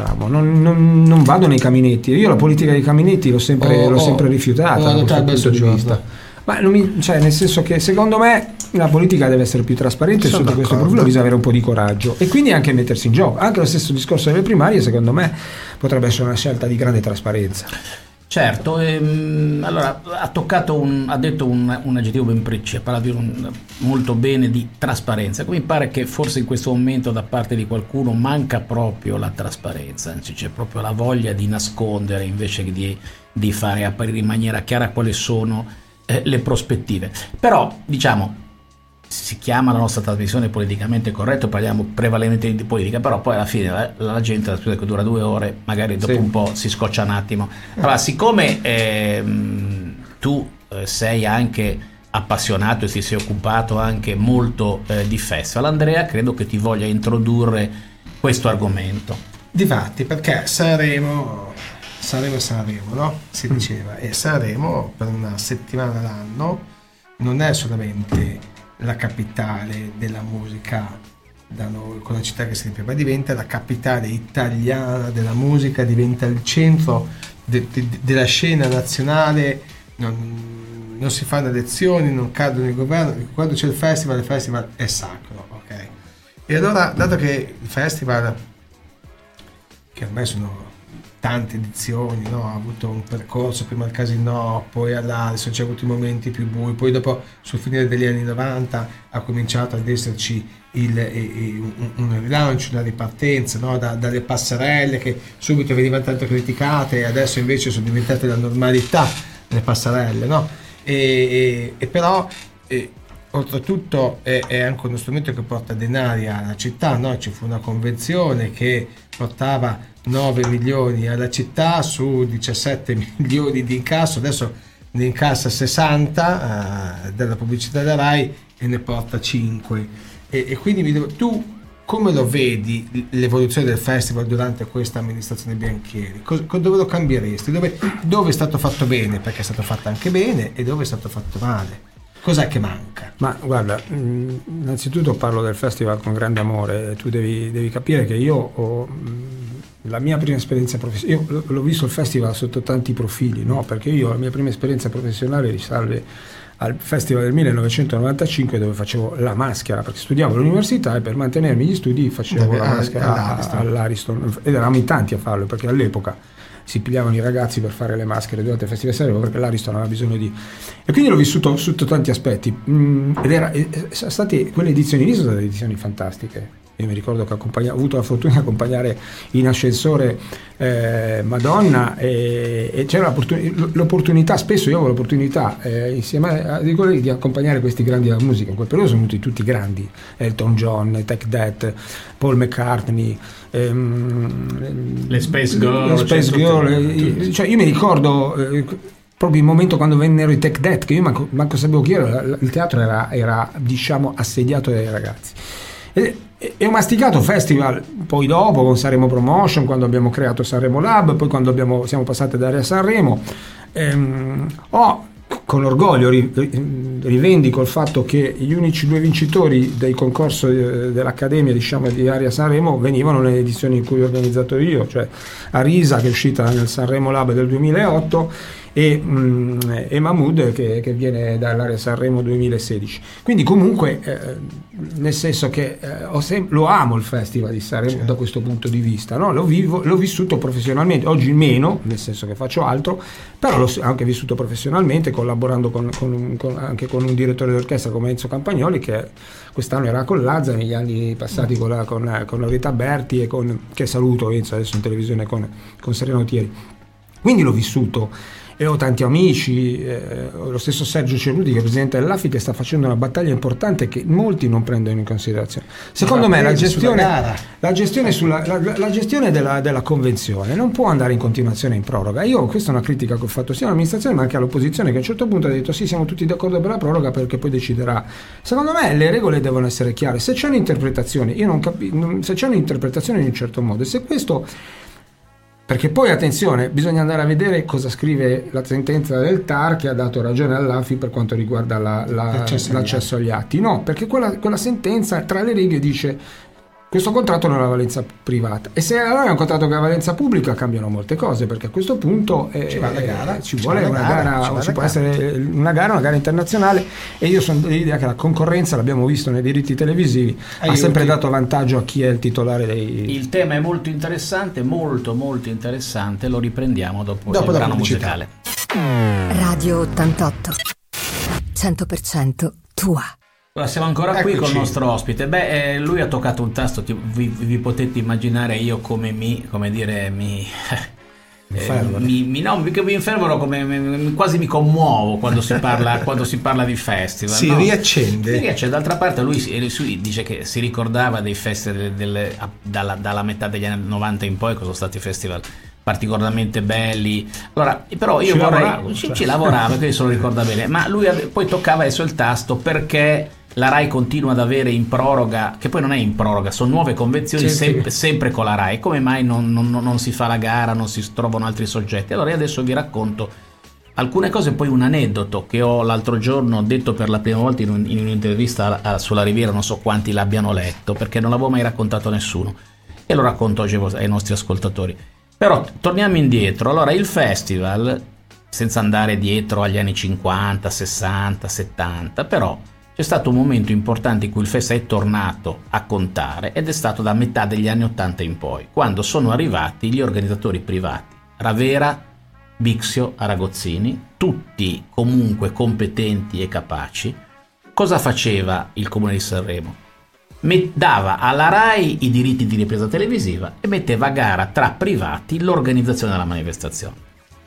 non vado nei caminetti. Io la politica dei caminetti l'ho sempre rifiutata da questo punto di vista. Ma nel senso che secondo me la politica deve essere più trasparente, sotto questo profilo bisogna avere un po' di coraggio e quindi anche mettersi in gioco. Anche lo stesso discorso delle primarie secondo me potrebbe essere una scelta di grande trasparenza. Certo, allora ha detto un aggettivo ben preciso, ha parlato molto bene di trasparenza. Come mi pare che forse in questo momento da parte di qualcuno manca proprio la trasparenza, anzi c'è proprio la voglia di nascondere invece che di fare apparire in maniera chiara quali sono le prospettive. Però diciamo, si chiama la nostra trasmissione politicamente corretto, parliamo prevalentemente di politica, però poi alla fine la gente la spiega che dura 2 ore, magari dopo un po' si scoccia un attimo. Allora, siccome tu sei anche appassionato e ti sei occupato anche molto di festival, Andrea, credo che ti voglia introdurre questo argomento. Difatti, perché Sanremo, no? Si diceva, e Sanremo per una settimana all'anno non è solamente la capitale della musica da noi, con la città che si riempie, ma diventa la capitale italiana della musica, diventa il centro della scena nazionale. Non si fanno elezioni, non cadono i governi, quando c'è il festival è sacro, ok? E allora, dato che il festival, che ormai sono tante edizioni, no? Ha avuto un percorso, prima al Casino, poi all'Ariston, c'è avuto i momenti più bui, poi dopo sul finire degli anni 90 ha cominciato ad esserci un rilancio, una ripartenza, no? Dalle passerelle che subito venivano tanto criticate e adesso invece sono diventate la normalità, le passerelle, no? E però oltretutto è anche uno strumento che porta denari alla città, no? Ci fu una convenzione che portava 9 milioni alla città su 17 milioni di incasso, adesso ne incassa 60 della pubblicità della Rai e ne porta 5, e quindi tu come lo vedi l'evoluzione del festival durante questa amministrazione Biancheri? Dove lo cambieresti? Dove è stato fatto bene, perché è stato fatto anche bene, e dove è stato fatto male? Cos'è che manca? Ma guarda, innanzitutto parlo del festival con grande amore. Tu devi capire che io ho la mia prima esperienza professionale, io l'ho visto il festival sotto tanti profili, no? Perché io la mia prima esperienza professionale risale al festival del 1995, dove facevo la maschera, perché studiavo all'università e per mantenermi gli studi facevo la maschera all'Ariston, ed eravamo in tanti a farlo, perché all'epoca si pigliavano i ragazzi per fare le maschere durante il Festival Sanremo, perché l'Ariston aveva bisogno di... E quindi l'ho vissuto sotto tanti aspetti, sono state quelle edizioni lì, sono state edizioni fantastiche. Io mi ricordo che ho avuto la fortuna di accompagnare in ascensore Madonna, e c'era l'opportunità, spesso io avevo l'opportunità insieme a dei colleghi di accompagnare questi grandi della musica. In quel periodo sono venuti tutti grandi, Elton John, Take That, Paul McCartney, le Space Girl, cioè io mi ricordo proprio il momento quando vennero i Take That, che io manco sapevo chi era, il teatro era diciamo assediato dai ragazzi. E ho masticato festival poi dopo con Sanremo Promotion, quando abbiamo creato Sanremo Lab, poi quando siamo passati ad Area Sanremo. Con orgoglio rivendico il fatto che gli unici 2 vincitori del concorso dell'Accademia, diciamo, di Area Sanremo venivano nelle edizioni in cui ho organizzato io, cioè Arisa, che è uscita nel Sanremo Lab del 2008, e Mahmood che viene dall'Area Sanremo 2016. Quindi comunque nel senso che lo amo il Festival di Sanremo, da questo punto di vista, no? L'ho vissuto professionalmente, oggi meno, nel senso che faccio altro, però l'ho anche vissuto professionalmente, collaborando anche con un direttore d'orchestra come Enzo Campagnoli, che quest'anno era con Lazza, negli anni passati con Lauretta Berti, e che saluto Enzo adesso in televisione con Serena Autieri. Quindi l'ho vissuto. E ho tanti amici, lo stesso Sergio Ceruti, che è presidente dell'AFI, che sta facendo una battaglia importante che molti non prendono in considerazione. Secondo me la gestione della convenzione non può andare in continuazione in proroga. Questa è una critica che ho fatto sia all'amministrazione ma anche all'opposizione, che a un certo punto ha detto sì, siamo tutti d'accordo per la proroga perché poi deciderà. Secondo me le regole devono essere chiare. Se c'è un'interpretazione, se c'è un'interpretazione in un certo modo, e se questo... Perché poi, attenzione, bisogna andare a vedere cosa scrive la sentenza del TAR, che ha dato ragione all'AFI per quanto riguarda l'accesso agli atti. No, perché quella sentenza tra le righe dice questo contratto non ha valenza privata, e se allora è un contratto che ha valenza pubblica cambiano molte cose, perché a questo punto ci vuole una gara, ci può essere una gara internazionale, e io sono dell'idea che la concorrenza, l'abbiamo visto nei diritti televisivi, ha sempre dato vantaggio a chi è il titolare dei... Il tema è molto interessante, molto molto interessante, lo riprendiamo dopo il brano musicale. Radio 88 100% tua. Allora, siamo ancora qui con il nostro ospite. Lui ha toccato un tasto che vi potete immaginare io come mi infervoro, quasi mi commuovo quando si parla di festival. Si riaccende. D'altra parte lui dice che si ricordava dei festival dalla metà degli anni 90 in poi, che sono stati festival particolarmente belli. Allora, però io ci lavorava, quindi se lo ricorda bene. Ma lui poi toccava adesso il tasto perché la RAI continua ad avere in proroga, che poi non è in proroga, sono nuove convenzioni, sempre con la RAI. Come mai non si fa la gara, non si trovano altri soggetti? Allora io adesso vi racconto alcune cose, poi un aneddoto che ho l'altro giorno detto per la prima volta in un'intervista sulla Riviera, non so quanti l'abbiano letto, perché non l'avevo mai raccontato a nessuno, e lo racconto oggi ai nostri ascoltatori. Però torniamo indietro. Allora, il festival, senza andare dietro agli anni 50, 60, 70, però c'è stato un momento importante in cui il festival è tornato a contare, ed è stato da metà degli anni 80 in poi, quando sono arrivati gli organizzatori privati, Ravera, Bixio, Aragozzini, tutti comunque competenti e capaci. Cosa faceva il Comune di Sanremo? Dava alla RAI i diritti di ripresa televisiva e metteva a gara tra privati l'organizzazione della manifestazione.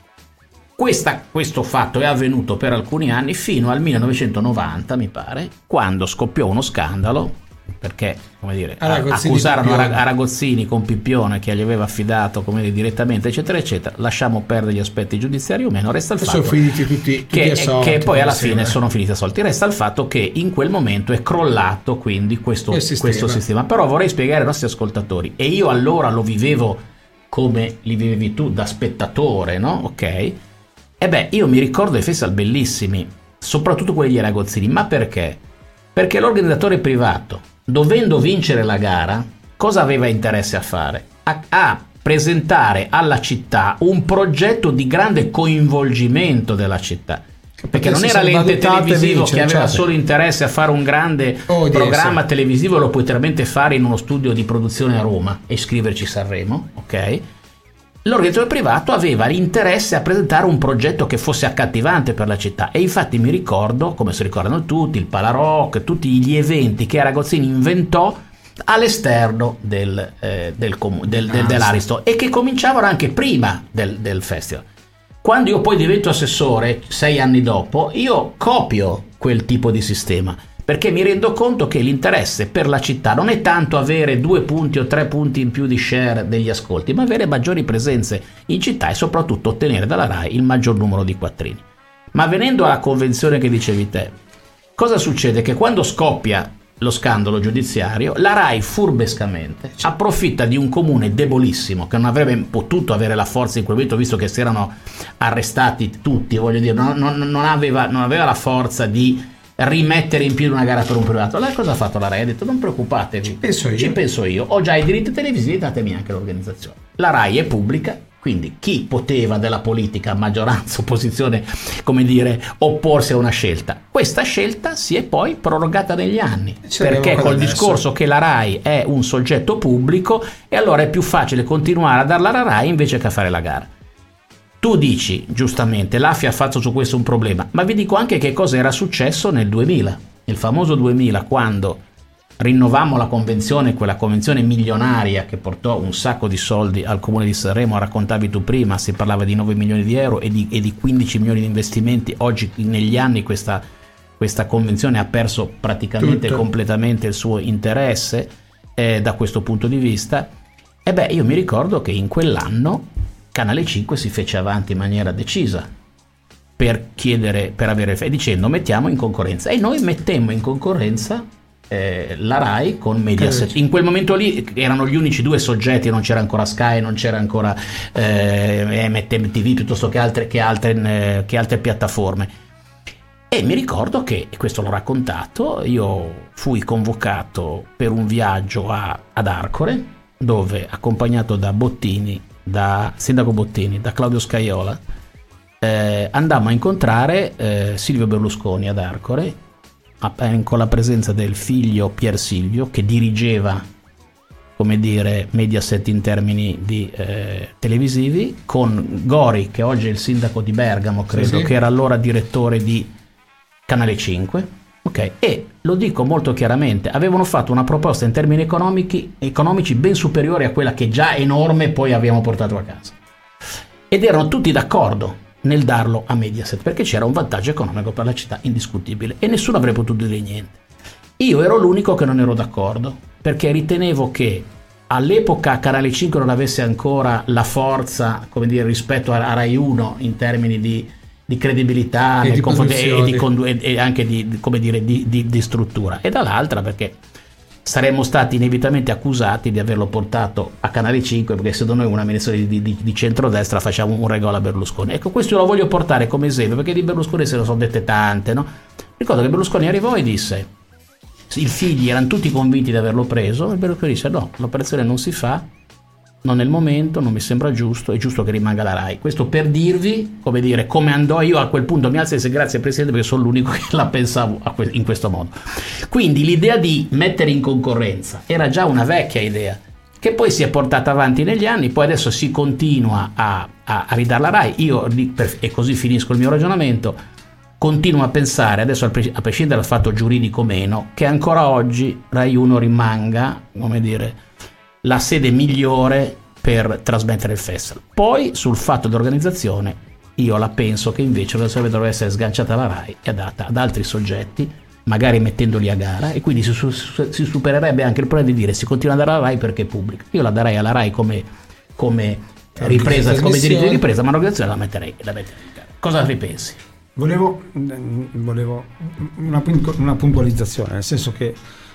Questo fatto è avvenuto per alcuni anni, fino al 1990, mi pare, quando scoppiò uno scandalo, perché, come dire, accusarono Aragozzini con Pippione, che gli aveva affidato, come dire, direttamente, eccetera eccetera. Lasciamo perdere gli aspetti giudiziari o meno, resta il fatto sono finiti tutti che poi alla fine sono finiti assolti. Resta il fatto che in quel momento è crollato quindi questo sistema. Però vorrei spiegare ai nostri ascoltatori, e io allora lo vivevo come li vivevi tu, da spettatore, no? Ok? Io mi ricordo dei festival bellissimi, soprattutto quelli di Aragozzini. Ma perché? Perché l'organizzatore privato, dovendo vincere la gara, cosa aveva interesse a fare? A presentare alla città un progetto di grande coinvolgimento della città. Perché non era l'ente televisivo che aveva solo interesse a fare un grande programma televisivo, lo puoi chiaramente fare in uno studio di produzione a Roma e iscriverci Sanremo, ok? L'organizzatore privato aveva l'interesse a presentare un progetto che fosse accattivante per la città, e infatti mi ricordo, come si ricordano tutti, il Palarock, tutti gli eventi che Aragozzini inventò all'esterno dell'Ariston, e che cominciavano anche prima del festival. Quando io poi divento assessore 6 anni dopo, io copio quel tipo di sistema, perché mi rendo conto che l'interesse per la città non è tanto avere 2 punti o 3 punti in più di share degli ascolti, ma avere maggiori presenze in città e soprattutto ottenere dalla RAI il maggior numero di quattrini. Ma venendo alla convenzione che dicevi te, cosa succede? Che quando scoppia lo scandalo giudiziario, la RAI furbescamente approfitta di un comune debolissimo che non avrebbe potuto avere la forza in quel momento, visto che si erano arrestati tutti, voglio dire, non aveva la forza di rimettere in piedi una gara per un privato. Allora cosa ha fatto la RAI? Ha detto: non preoccupatevi, ci penso io, ho già i diritti televisivi, datemi anche l'organizzazione. La RAI è pubblica, quindi chi poteva della politica, maggioranza, opposizione, come dire, opporsi a una scelta? Questa scelta si è poi prorogata negli anni, perché col discorso che la RAI è un soggetto pubblico e allora è più facile continuare a darla alla RAI invece che a fare la gara. Tu dici, giustamente, l'AFI ha fatto su questo un problema, ma vi dico anche che cosa era successo nel 2000, il famoso 2000, quando rinnovammo la convenzione, quella convenzione milionaria che portò un sacco di soldi al comune di Sanremo. Raccontavi tu prima, si parlava di 9 milioni di euro e di 15 milioni di investimenti. Oggi negli anni questa convenzione ha perso praticamente completamente il suo interesse da questo punto di vista. Io mi ricordo che in quell'anno Canale 5 si fece avanti in maniera decisa per avere dicendo: mettiamo in concorrenza, e noi mettemmo in concorrenza la RAI con Mediaset. In quel momento lì erano gli unici due soggetti, non c'era ancora Sky, non c'era ancora MTV piuttosto che altre piattaforme. E mi ricordo che, e questo l'ho raccontato, io fui convocato per un viaggio ad Arcore, dove, accompagnato da sindaco Bottini, da Claudio Scaiola, andammo a incontrare Silvio Berlusconi ad Arcore, con la presenza del figlio Pier Silvio, che dirigeva, come dire, Mediaset in termini di televisivi, con Gori, che oggi è il sindaco di Bergamo, credo, che era allora direttore di Canale 5. Ok, e lo dico molto chiaramente, avevano fatto una proposta in termini economici ben superiore a quella che già enorme poi abbiamo portato a casa, ed erano tutti d'accordo nel darlo a Mediaset perché c'era un vantaggio economico per la città indiscutibile e nessuno avrebbe potuto dire niente. Io ero l'unico che non ero d'accordo, perché ritenevo che all'epoca Canale 5 non avesse ancora la forza, come dire, rispetto a Rai 1 in termini di credibilità e anche di struttura, e dall'altra perché saremmo stati inevitabile accusati di averlo portato a Canale 5, perché se noi una amministrazione di centrodestra facciamo un regalo a Berlusconi. Ecco, questo lo voglio portare come esempio, perché di Berlusconi se ne sono dette tante, no? Ricordo che Berlusconi arrivò e disse, i figli erano tutti convinti di averlo preso, e Berlusconi disse: no, l'operazione non si fa, non è il momento, non mi sembra giusto, è giusto che rimanga la RAI. Questo per dirvi, come dire, come andò. Io a quel punto mi alzo e disse: grazie Presidente, perché sono l'unico che la pensavo in questo modo. Quindi l'idea di mettere in concorrenza era già una vecchia idea, che poi si è portata avanti negli anni, poi adesso si continua a ridare la RAI. Io, e così finisco il mio ragionamento, continuo a pensare, adesso a prescindere dal fatto giuridico meno, che ancora oggi Rai 1 rimanga, come dire, la sede migliore per trasmettere il festival. Poi sul fatto dell'organizzazione io la penso che invece dovrebbe essere sganciata la RAI e data ad altri soggetti, magari mettendoli a gara, e quindi si supererebbe anche il problema di dire si continua a dare alla RAI perché è pubblica. Io la darei alla RAI come ripresa, come diritto di ripresa, ma l'organizzazione la metterei in gara. Cosa ripensi? Volevo una puntualizzazione, nel senso che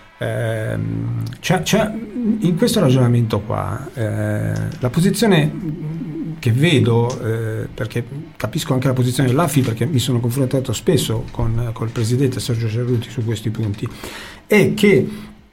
c'è in questo ragionamento qua la posizione che vedo, perché capisco anche la posizione dell'AFI, perché mi sono confrontato spesso col presidente Sergio Cerruti su questi punti, è che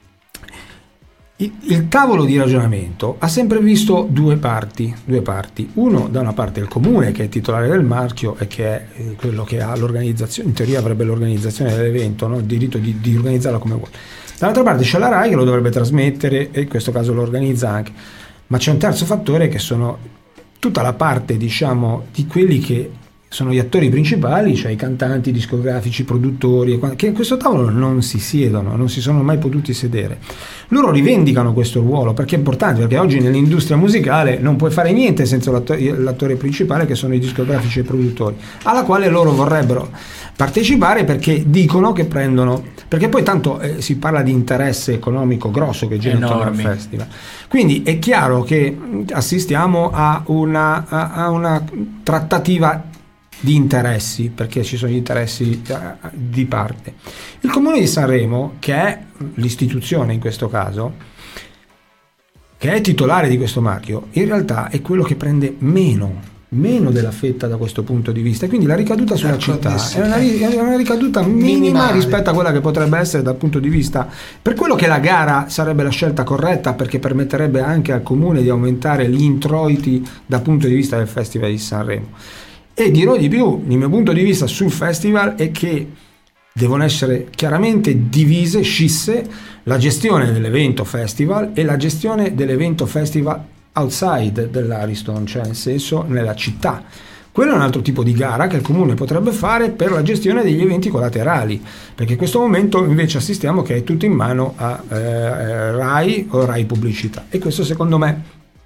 il tavolo di ragionamento ha sempre visto due parti. Uno, da una parte il comune, che è titolare del marchio e che è quello che ha l'organizzazione, in teoria avrebbe l'organizzazione dell'evento, no? Il diritto di organizzarla come vuole. Dall'altra parte c'è la RAI che lo dovrebbe trasmettere e in questo caso lo organizza anche, ma c'è un terzo fattore che sono tutta la parte, diciamo, di quelli che sono gli attori principali, cioè i cantanti, i discografici, i produttori, che in questo tavolo non si siedono, non si sono mai potuti sedere. Loro rivendicano questo ruolo perché è importante, perché oggi nell'industria musicale non puoi fare niente senza l'attore principale, che sono i discografici e i produttori, alla quale loro vorrebbero partecipare, perché dicono che prendono, perché poi tanto si parla di interesse economico grosso che genera intorno al festival. Quindi è chiaro che assistiamo a una trattativa di interessi, perché ci sono gli interessi di parte. Il Comune di Sanremo, che è l'istituzione in questo caso, che è titolare di questo marchio, in realtà è quello che prende meno della fetta da questo punto di vista, e quindi la ricaduta sulla città è una ricaduta minima rispetto a quella che potrebbe essere dal punto di vista, per quello che la gara sarebbe la scelta corretta, perché permetterebbe anche al comune di aumentare gli introiti dal punto di vista del Festival di Sanremo. E dirò di più, il mio punto di vista sul festival è che devono essere chiaramente divise, scisse, la gestione dell'evento festival e la gestione dell'evento festival outside dell'Ariston, cioè nel senso nella città. Quello è un altro tipo di gara che il comune potrebbe fare per la gestione degli eventi collaterali, perché in questo momento invece assistiamo che è tutto in mano a Rai o Rai Pubblicità, e questo secondo me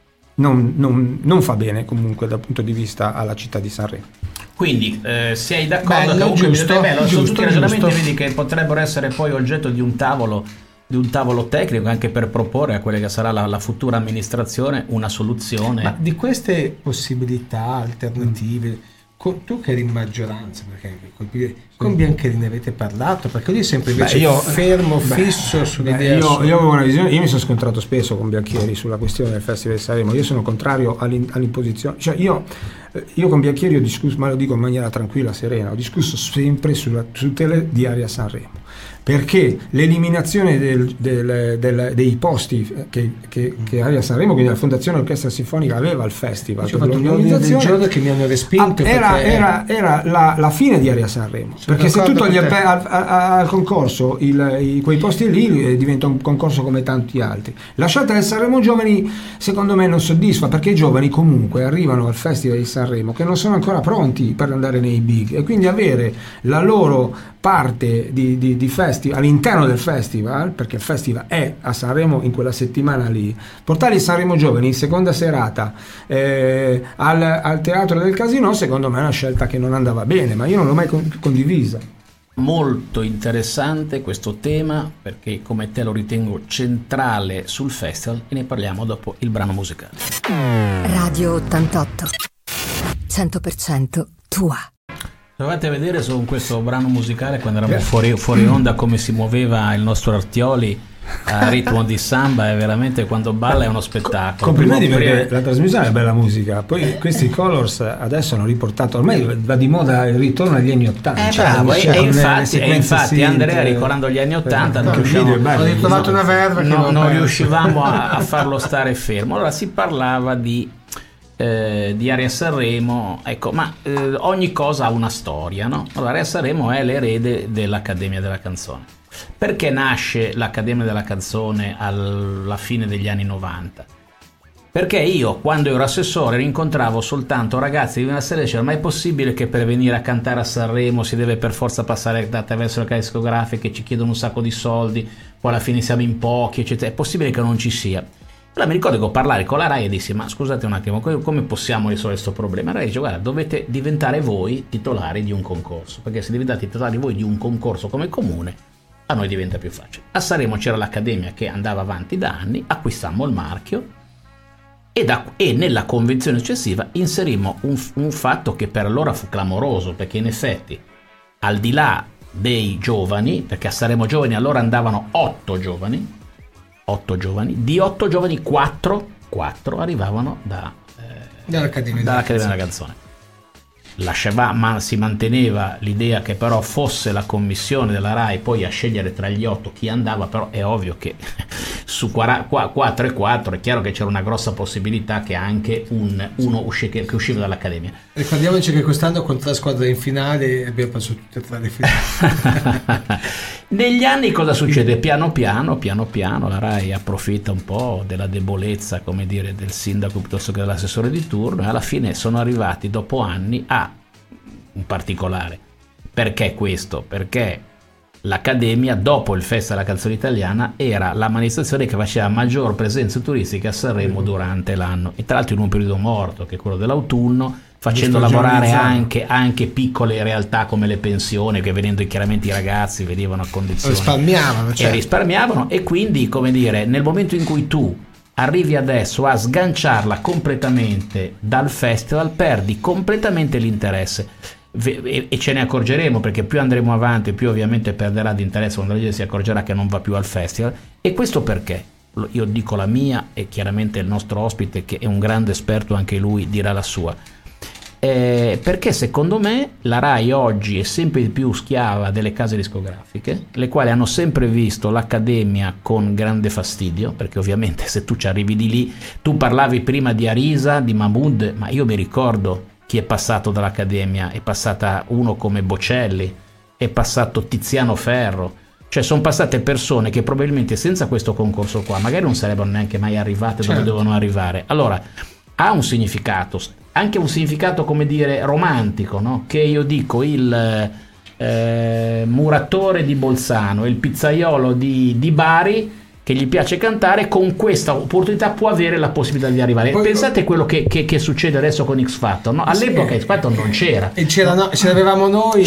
non fa bene comunque dal punto di vista alla città di Sanremo. Quindi sei d'accordo? Giusto, sono tutti i ragionamenti, vedi, che potrebbero essere poi oggetto di un tavolo tecnico, anche per proporre a quella che sarà la futura amministrazione una soluzione. Ma di queste possibilità alternative, tu che eri in maggioranza, perché con Biancherini avete parlato? Perché lui è sempre invece fisso sull'idea. Io avevo una visione, io mi sono scontrato spesso con Bianchieri sulla questione del Festival di Sanremo. Io sono contrario all'imposizione, cioè io con Bianchieri ho discusso, ma lo dico in maniera tranquilla, serena, ho discusso sempre sulla tutela di Area Sanremo, perché l'eliminazione dei posti che Area Sanremo, quindi la Fondazione Orchestra Sinfonica, aveva al festival, ho fatto un ordine del giorno che mi hanno respinto, era la fine di Area Sanremo, perché se tu togli al concorso quei posti lì, diventa un concorso come tanti altri. La scelta del Sanremo Giovani secondo me non soddisfa, perché i giovani comunque arrivano al Festival di Sanremo che non sono ancora pronti per andare nei big, e quindi avere la loro parte di festival all'interno del festival, perché il festival è a Sanremo in quella settimana lì, portare il Sanremo Giovani in seconda serata al Teatro del Casino, secondo me è una scelta che non andava bene, ma io non l'ho mai condivisa. Molto interessante questo tema, perché come te lo ritengo centrale sul festival, e ne parliamo dopo il brano musicale. Radio 88 100% tua. Dovete vedere su questo brano musicale, quando eravamo fuori onda, come si muoveva il nostro Artioli a ritmo di samba, e veramente quando balla è uno spettacolo. Complimenti, perché la trasmissione è bella musica. Poi questi Colors adesso hanno riportato, ormai va di moda il ritorno agli anni 80. Bravo, e infatti Andrea, ricordando gli anni 80, non riuscivamo a farlo stare fermo. Allora si parlava di Area Sanremo, ecco, ma ogni cosa ha una storia, no? Allora, Area Sanremo è l'erede dell'Accademia della Canzone. Perché nasce l'Accademia della Canzone alla fine degli anni 90? Perché io, quando ero assessore, rincontravo soltanto ragazzi di una serie e dicevano: ma è possibile che per venire a cantare a Sanremo si deve per forza passare attraverso le case discografiche, ci chiedono un sacco di soldi, poi alla fine siamo in pochi, eccetera, è possibile che non ci sia? Allora mi ricordo che parlai con la Rai e dissi: ma scusate un attimo, come possiamo risolvere questo problema? La Rai dice: guarda, dovete diventare voi titolari di un concorso, perché se diventate titolari voi di un concorso come comune, a noi diventa più facile. A Sanremo c'era l'Accademia che andava avanti da anni, acquistammo il marchio e nella convenzione successiva inserimmo un fatto che per allora fu clamoroso, perché in effetti, al di là dei giovani, perché a Sanremo Giovani allora andavano 8 giovani, di 8 giovani 4 arrivavano dall'Accademia della Canzone. Ma si manteneva l'idea che però fosse la commissione della Rai poi a scegliere tra gli 8 chi andava, però è ovvio che su 4 e 4 è chiaro che c'era una grossa possibilità che anche uno che usciva dall'Accademia. Ricordiamoci che quest'anno con 3 squadre in finale abbiamo preso tutte e 3 le finali. Negli anni cosa succede? Piano piano la Rai approfitta un po' della debolezza, come dire, del sindaco piuttosto che dell'assessore di turno, e alla fine sono arrivati dopo anni a un particolare. Perché questo? Perché l'Accademia, dopo il Festival della Canzone Italiana, era l'amministrazione che faceva maggior presenza turistica a Sanremo durante l'anno, e tra l'altro in un periodo morto, che è quello dell'autunno, facendo lavorare anche piccole realtà come le pensioni, che vedendo chiaramente i ragazzi vedevano a condizioni risparmiavano, e quindi, come dire, nel momento in cui tu arrivi adesso a sganciarla completamente dal festival, perdi completamente l'interesse. e ce ne accorgeremo, perché più andremo avanti più ovviamente perderà di interesse quando la gente si accorgerà che non va più al festival. E questo perché? Io dico la mia e chiaramente il nostro ospite, che è un grande esperto anche lui, dirà la sua. Perché secondo me la RAI oggi è sempre di più schiava delle case discografiche, le quali hanno sempre visto l'Accademia con grande fastidio, perché ovviamente se tu ci arrivi di lì, tu parlavi prima di Arisa, di Mahmood, ma io mi ricordo chi è passato dall'Accademia. È passata uno come Bocelli, è passato Tiziano Ferro, cioè sono passate persone che probabilmente senza questo concorso qua magari non sarebbero neanche mai arrivate dove devono arrivare. Allora ha un significato, anche un significato, come dire, romantico, no? Che io dico il muratore di Bolzano e il pizzaiolo di Bari, che gli piace cantare, con questa opportunità può avere la possibilità di arrivare. Poi, pensate a quello che succede adesso con X Factor, no? All'epoca X Factor non c'era. E ce l'avevamo noi.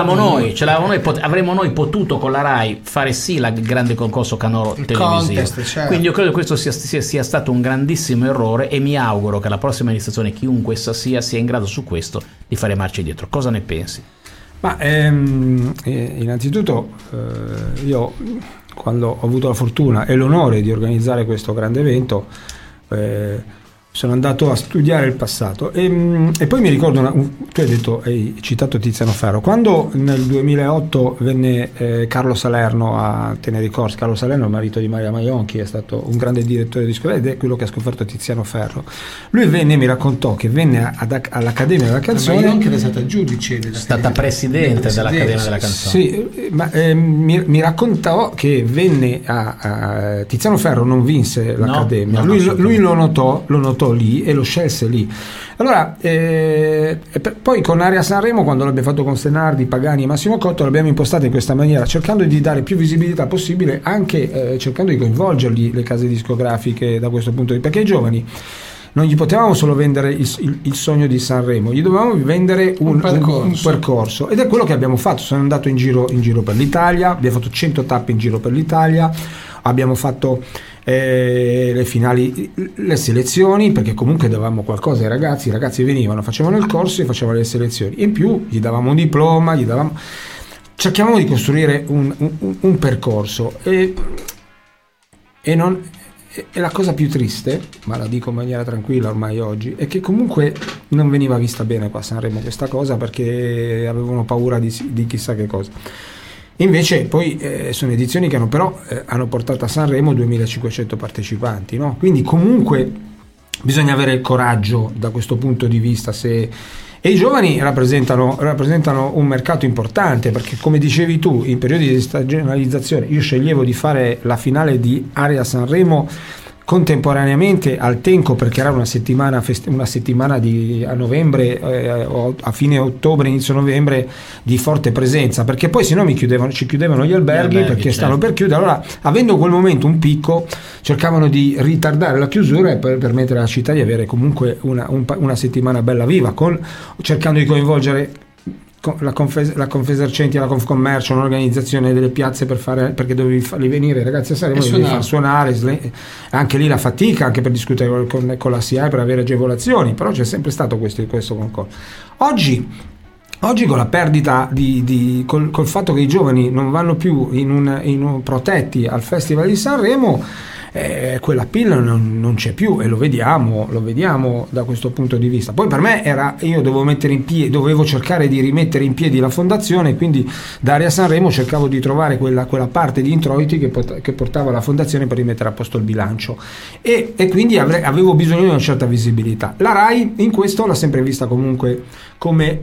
Avremmo noi potuto con la RAI fare sì il grande concorso canoro televisivo. Contest, certo. Quindi io credo che questo sia stato un grandissimo errore, e mi auguro che la prossima amministrazione, chiunque essa sia in grado su questo di fare marcia indietro. Cosa ne pensi? Ma innanzitutto io, quando ho avuto la fortuna e l'onore di organizzare questo grande evento, sono andato a studiare il passato e poi mi ricordo tu hai citato Tiziano Ferro. Quando nel 2008 venne Carlo Salerno a tenere i corsi, Carlo Salerno è il marito di Maria Maionchi, è stato un grande direttore discografico ed è quello che ha scoperto Tiziano Ferro. Lui mi raccontò che venne all'Accademia della Canzone. Maionchi era stata giudice, è stata presidente dell'Accademia della Canzone. Sì, ma mi raccontò che venne a Tiziano Ferro non vinse l'Accademia, lui lo notò lì e lo scelse lì. Allora poi con Aria Sanremo, quando l'abbiamo fatto con Stenardi, Pagani e Massimo Cotto, l'abbiamo impostata in questa maniera, cercando di dare più visibilità possibile, anche cercando di coinvolgerli le case discografiche da questo punto di vista, perché i giovani non gli potevamo solo vendere il sogno di Sanremo, gli dovevamo vendere un percorso, ed è quello che abbiamo fatto. Sono andato in giro per l'Italia, abbiamo fatto 100 tappe in giro per l'Italia, abbiamo fatto le finali, le selezioni, perché comunque davamo qualcosa ai ragazzi. I ragazzi venivano, facevano il corso e facevano le selezioni, in più gli davamo un diploma, cerchiamo di costruire un percorso e la cosa più triste, ma la dico in maniera tranquilla ormai oggi, è che comunque non veniva vista bene qua a Sanremo questa cosa, perché avevano paura di chissà che cosa. Invece poi sono edizioni che hanno portato a Sanremo 2500 partecipanti, no? Quindi comunque bisogna avere il coraggio da questo punto di vista. E i giovani rappresentano un mercato importante, perché come dicevi tu, in periodi di stagionalizzazione io sceglievo di fare la finale di Aria Sanremo contemporaneamente al Tenco, perché era una settimana a novembre, a fine ottobre, inizio novembre, di forte presenza, perché poi sennò ci chiudevano gli alberghi perché stanno per chiudere. Allora, avendo quel momento un picco, cercavano di ritardare la chiusura e per permettere alla città di avere comunque una settimana bella viva, cercando di coinvolgere la Confesercenti e la Confcommercio, un'organizzazione delle piazze perché dovevi farli venire i ragazzi a Sanremo, dovevi far suonare, anche lì la fatica, anche per discutere con la SIAE per avere agevolazioni, però c'è sempre stato questo concorso. Oggi con la perdita col fatto che i giovani non vanno più protetti al Festival di Sanremo, quella pilla non c'è più, e lo vediamo da questo punto di vista. Poi per me io dovevo cercare di rimettere in piedi la fondazione, quindi da Aria Sanremo cercavo di trovare quella parte di introiti che portava la fondazione per rimettere a posto il bilancio, e quindi avevo bisogno di una certa visibilità. La RAI in questo l'ha sempre vista comunque come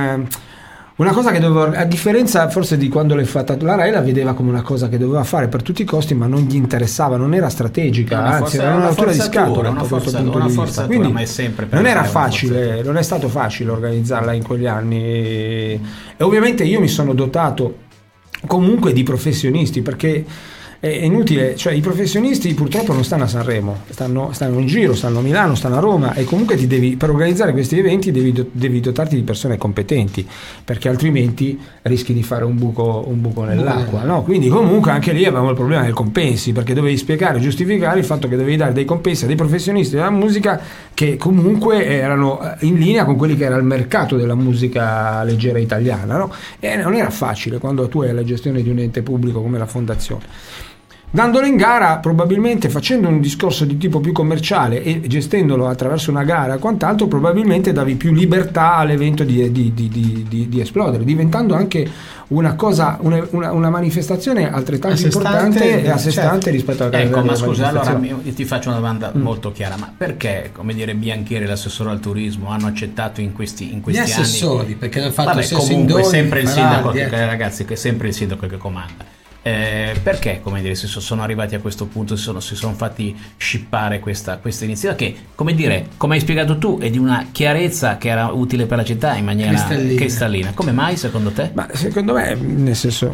una cosa che doveva, a differenza forse di quando l'hai fatta la RAI, la vedeva come una cosa che doveva fare per tutti i costi, ma non gli interessava, non era strategica, anzi era una rottura di scatola da questo punto di vista. Quindi non era facile, non è stato facile organizzarla in quegli anni, e ovviamente io mi sono dotato comunque di professionisti, perché è inutile, cioè i professionisti purtroppo non stanno a Sanremo, stanno in giro, stanno a Milano, stanno a Roma, e comunque per organizzare questi eventi devi dotarti di persone competenti, perché altrimenti rischi di fare un buco nell'acqua, no? Quindi comunque anche lì avevamo il problema dei compensi, perché dovevi spiegare e giustificare il fatto che dovevi dare dei compensi a dei professionisti della musica che comunque erano in linea con quelli che era il mercato della musica leggera italiana, no? E non era facile quando tu hai la gestione di un ente pubblico come la fondazione. Dandolo in gara, probabilmente facendo un discorso di tipo più commerciale e gestendolo attraverso una gara e quant'altro, probabilmente davi più libertà all'evento di esplodere, diventando anche una cosa, una manifestazione altrettanto importante e a sé stante rispetto alla Ecco, ma scusa, allora io ti faccio una domanda molto chiara: ma perché, come dire, Bianchieri e l'assessore al turismo hanno accettato in questi anni? Gli assessori, perché hanno fatto comunque sempre il sindaco, ragazzi, che è sempre il sindaco che comanda. Perché, come dire, si sono arrivati a questo punto, si sono fatti scippare questa iniziativa che, come dire, come hai spiegato tu, è di una chiarezza che era utile per la città in maniera cristallina. Come mai, secondo te? Ma secondo me, nel senso,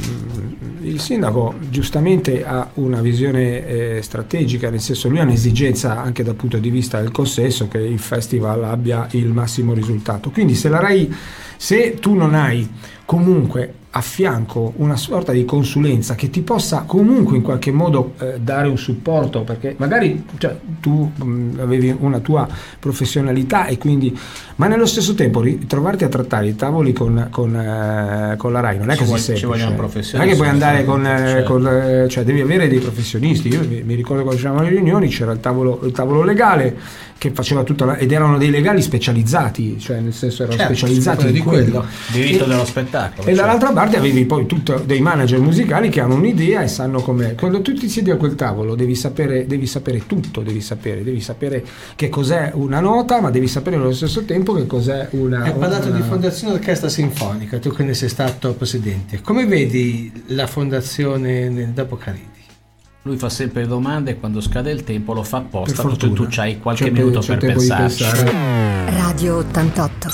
il sindaco giustamente ha una visione strategica, nel senso, lui ha un'esigenza anche dal punto di vista del consesso che il festival abbia il massimo risultato. Quindi se tu non hai comunque a fianco una sorta di consulenza che ti possa comunque in qualche modo dare un supporto, perché magari tu avevi una tua professionalità e quindi, ma nello stesso tempo trovarti a trattare i tavoli con la RAI non è così semplice. Ci vogliono professionisti, non è che puoi andare cioè devi avere dei professionisti. Io mi ricordo quando c'erano le riunioni, c'era il tavolo legale che faceva ed erano dei legali specializzati, cioè nel senso erano specializzati in quello, diritto dello spettacolo, e dall'altra parte avevi poi dei manager musicali che hanno un'idea e sanno come. Quando tu ti siedi a quel tavolo devi sapere tutto, devi sapere che cos'è una nota, ma devi sapere allo stesso tempo che cos'è una. Hai parlato di Fondazione Orchestra Sinfonica, tu che ne sei stato presidente, come vedi la fondazione dopo Caridi? Lui fa sempre domande e quando scade il tempo lo fa apposta, tu c'hai qualche minuto per pensarci. Radio 88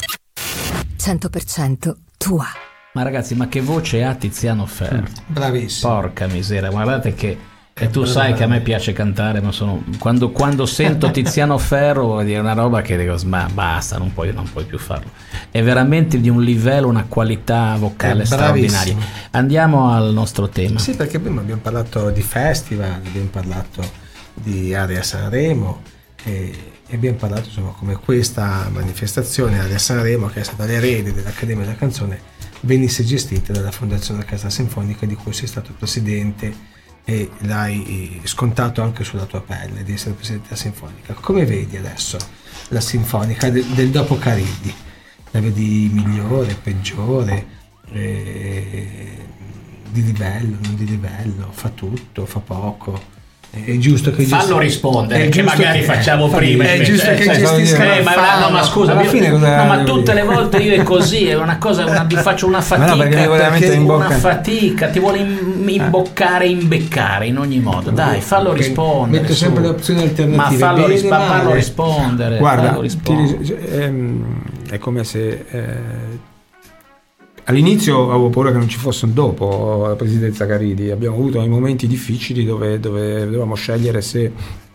100% tua. Ma ragazzi, ma che voce ha Tiziano Ferro? Bravissimo. Porca miseria, guardate che tu sai che a me piace cantare, ma quando sento Tiziano Ferro vuol dire una roba che dico, ma basta, non puoi più farlo. È veramente di un livello, una qualità vocale straordinaria. Andiamo al nostro tema. Sì, perché prima abbiamo parlato di festival, abbiamo parlato di Area Sanremo e abbiamo parlato insomma come questa manifestazione Area Sanremo, che è stata l'erede dell'Accademia della Canzone, venisse gestita dalla Fondazione Orchestra Sinfonica, di cui sei stato presidente e l'hai scontato anche sulla tua pelle di essere presidente della Sinfonica. Come vedi adesso la Sinfonica del dopo Caridi? La vedi migliore, peggiore, di livello, non di livello, fa tutto, fa poco? È giusto che fallo rispondere, che magari facciamo prima. È giusto che gestisca. Ma scusa, ma tutte le volte io è così, è una cosa, faccio una fatica, ti vuole imboccare, imbeccare in ogni modo. Dai, fallo rispondere. Mette sempre le opzioni alternative. Ma fallo rispondere. Guarda, è come se all'inizio avevo paura che non ci fosse un dopo la presidenza Caridi. Abbiamo avuto dei momenti difficili dove dovevamo scegliere se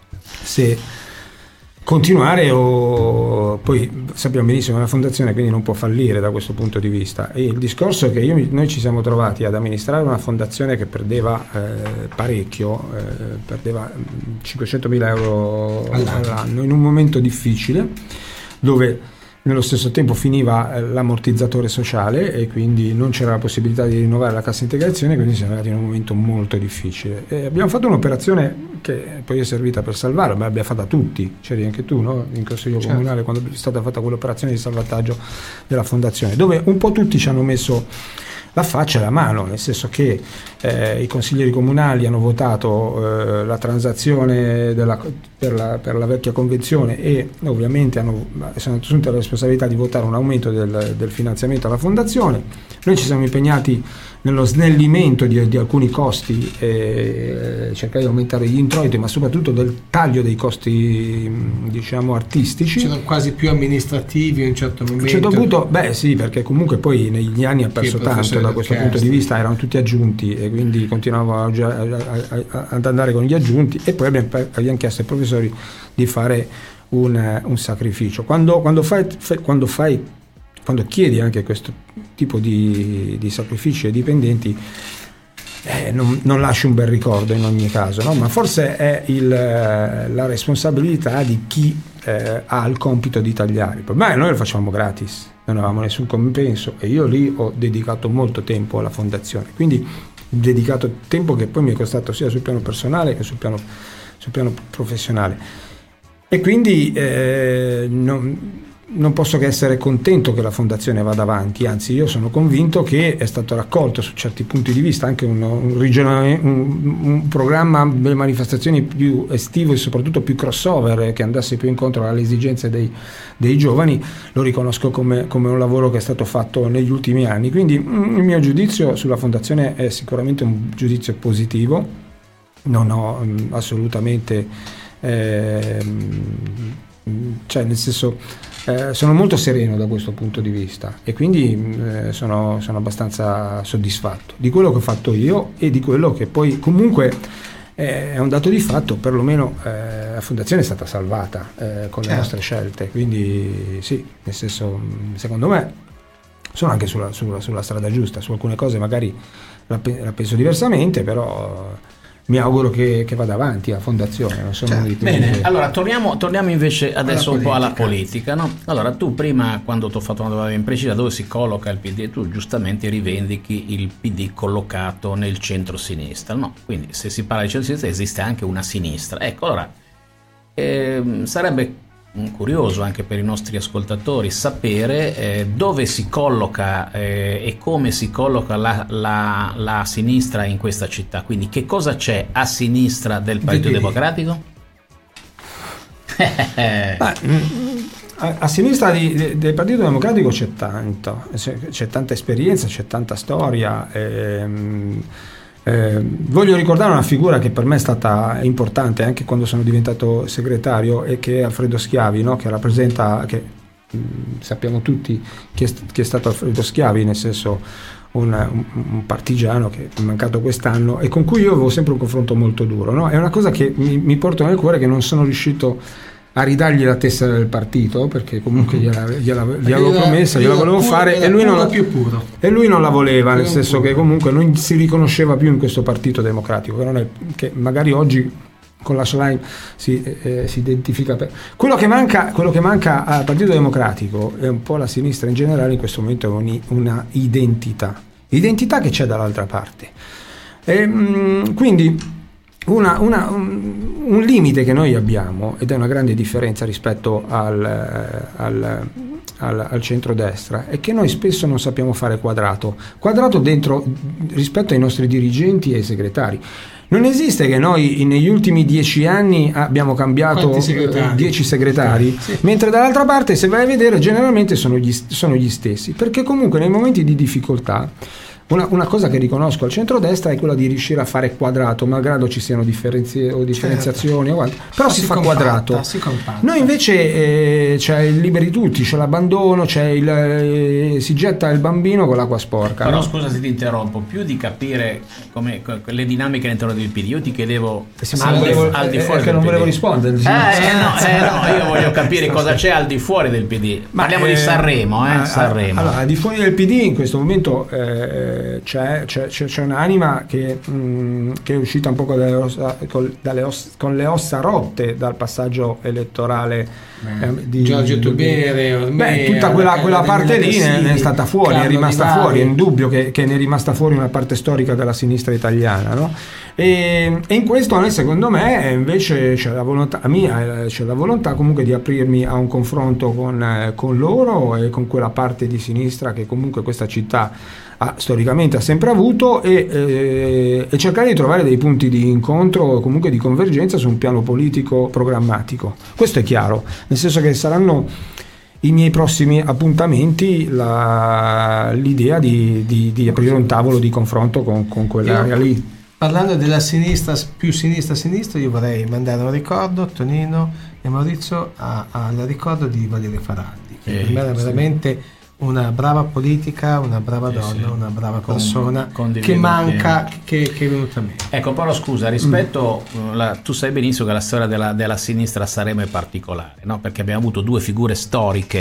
continuare o poi sappiamo benissimo che la fondazione quindi non può fallire da questo punto di vista, e il discorso è che noi ci siamo trovati ad amministrare una fondazione che perdeva parecchio, perdeva 500.000 euro all'anno in un momento difficile dove nello stesso tempo finiva l'ammortizzatore sociale e quindi non c'era la possibilità di rinnovare la cassa integrazione, quindi siamo arrivati in un momento molto difficile e abbiamo fatto un'operazione che poi è servita per salvarlo, ma l'abbiamo fatta tutti, c'eri anche tu, no? In Consiglio Comunale quando è stata fatta quell'operazione di salvataggio della fondazione, dove un po' tutti ci hanno messo la faccia e la mano, nel senso che i consiglieri comunali hanno votato la transazione per la vecchia convenzione e ovviamente sono assunte la responsabilità di votare un aumento del finanziamento alla fondazione. Noi ci siamo impegnati nello snellimento di alcuni costi, cercare di aumentare gli introiti, ma soprattutto del taglio dei costi diciamo artistici. Sono quasi più amministrativi in un certo momento. A un certo punto, sì, perché comunque poi negli anni ha perso tanto da questo punto di vista, erano tutti aggiunti e quindi continuavamo ad andare con gli aggiunti e poi abbiamo chiesto ai professori di fare un sacrificio. Quando chiedi anche questo tipo di sacrifici ai dipendenti, non lasci un bel ricordo in ogni caso, no? Ma forse è la responsabilità di chi ha il compito di tagliare. Il problema è che noi lo facciamo gratis, non avevamo nessun compenso, e io lì ho dedicato molto tempo alla fondazione, quindi dedicato tempo che poi mi è costato sia sul piano personale che sul piano professionale, e quindi non posso che essere contento che la fondazione vada avanti, anzi io sono convinto che è stato raccolto su certi punti di vista anche un programma delle manifestazioni più estivo e soprattutto più crossover, che andasse più incontro alle esigenze dei giovani. Lo riconosco come un lavoro che è stato fatto negli ultimi anni, quindi il mio giudizio sulla fondazione è sicuramente un giudizio positivo. Non ho assolutamente cioè nel senso sono molto sereno da questo punto di vista, e quindi sono abbastanza soddisfatto di quello che ho fatto io e di quello che poi comunque è un dato di fatto. Perlomeno la fondazione è stata salvata con le nostre scelte, quindi sì, nel senso, secondo me sono anche sulla strada giusta. Su alcune cose magari la penso diversamente, però mi auguro che vada avanti la fondazione. Non sono bene, allora torniamo invece adesso un po' alla politica, no? Allora, tu prima, quando ti ho fatto una domanda ben precisa, dove si colloca il PD, tu giustamente rivendichi il PD collocato nel centro-sinistra, no? Quindi se si parla di centro-sinistra esiste anche una sinistra. Ecco, allora sarebbe curioso anche per i nostri ascoltatori sapere dove si colloca e come si colloca la sinistra in questa città, quindi che cosa c'è a sinistra del Partito Democratico? A sinistra del Partito Democratico c'è tanta esperienza, c'è tanta storia. Voglio ricordare una figura che per me è stata importante anche quando sono diventato segretario, e che è Alfredo Schiavi, no? Che rappresenta, sappiamo tutti chi è stato Alfredo Schiavi, nel senso un partigiano che è mancato quest'anno e con cui io avevo sempre un confronto molto duro, no? È una cosa che mi porto nel cuore, che non sono riuscito a ridargli la tessera del partito, perché comunque gliel'avevo promessa, gliela volevo fare, e lui non la voleva, nel senso che comunque non si riconosceva più in questo Partito Democratico, che magari oggi con la Schlein si identifica quello che manca al Partito Democratico, e un po' alla sinistra in generale in questo momento, è una identità che c'è dall'altra parte, e quindi un limite che noi abbiamo, ed è una grande differenza rispetto al centrodestra, è che noi spesso non sappiamo fare quadrato dentro rispetto ai nostri dirigenti e ai segretari. Non esiste che noi negli ultimi 10 anni abbiamo cambiato 10 segretari, sì. Mentre dall'altra parte, se vai a vedere, generalmente sono gli stessi, perché comunque nei momenti di difficoltà una cosa che riconosco al centrodestra è quella di riuscire a fare quadrato, malgrado ci siano differenziazioni, certo. Però si fa quadrato. Noi invece c'è il liberi tutti, c'è l'abbandono, si getta il bambino con l'acqua sporca. Però no? Scusa se ti interrompo, più di capire come le dinamiche all'interno del PD, io ti chiedevo al di fuori che non volevo rispondere. No, io voglio capire cosa c'è al di fuori del PD. Parliamo di Sanremo, Sanremo. Allora, al di fuori del PD in questo momento c'è un'anima che è uscita un po' con le ossa rotte dal passaggio elettorale di Giorgio Tobere. Tutta quella parte lì ne è stata fuori, è rimasta fuori, è indubbio che ne è rimasta fuori una parte storica della sinistra italiana, no? E in questo, secondo me, invece c'è la volontà comunque di aprirmi a un confronto con loro e con quella parte di sinistra che comunque questa città storicamente ha sempre avuto, e cercare di trovare dei punti di incontro o comunque di convergenza su un piano politico programmatico. Questo è chiaro, nel senso che saranno i miei prossimi appuntamenti l'idea di aprire un tavolo di confronto con quell'area lì. Parlando della sinistra, più sinistra, io vorrei mandare un ricordo, Tonino e Maurizio, al ricordo di Valeria Faraldi, che per me era veramente una brava politica, una brava donna, una brava persona che manca, che è venuta a me. Ecco, però scusa, rispetto tu sai benissimo che la storia della sinistra a Sanremo è particolare, no? Perché abbiamo avuto due figure storiche,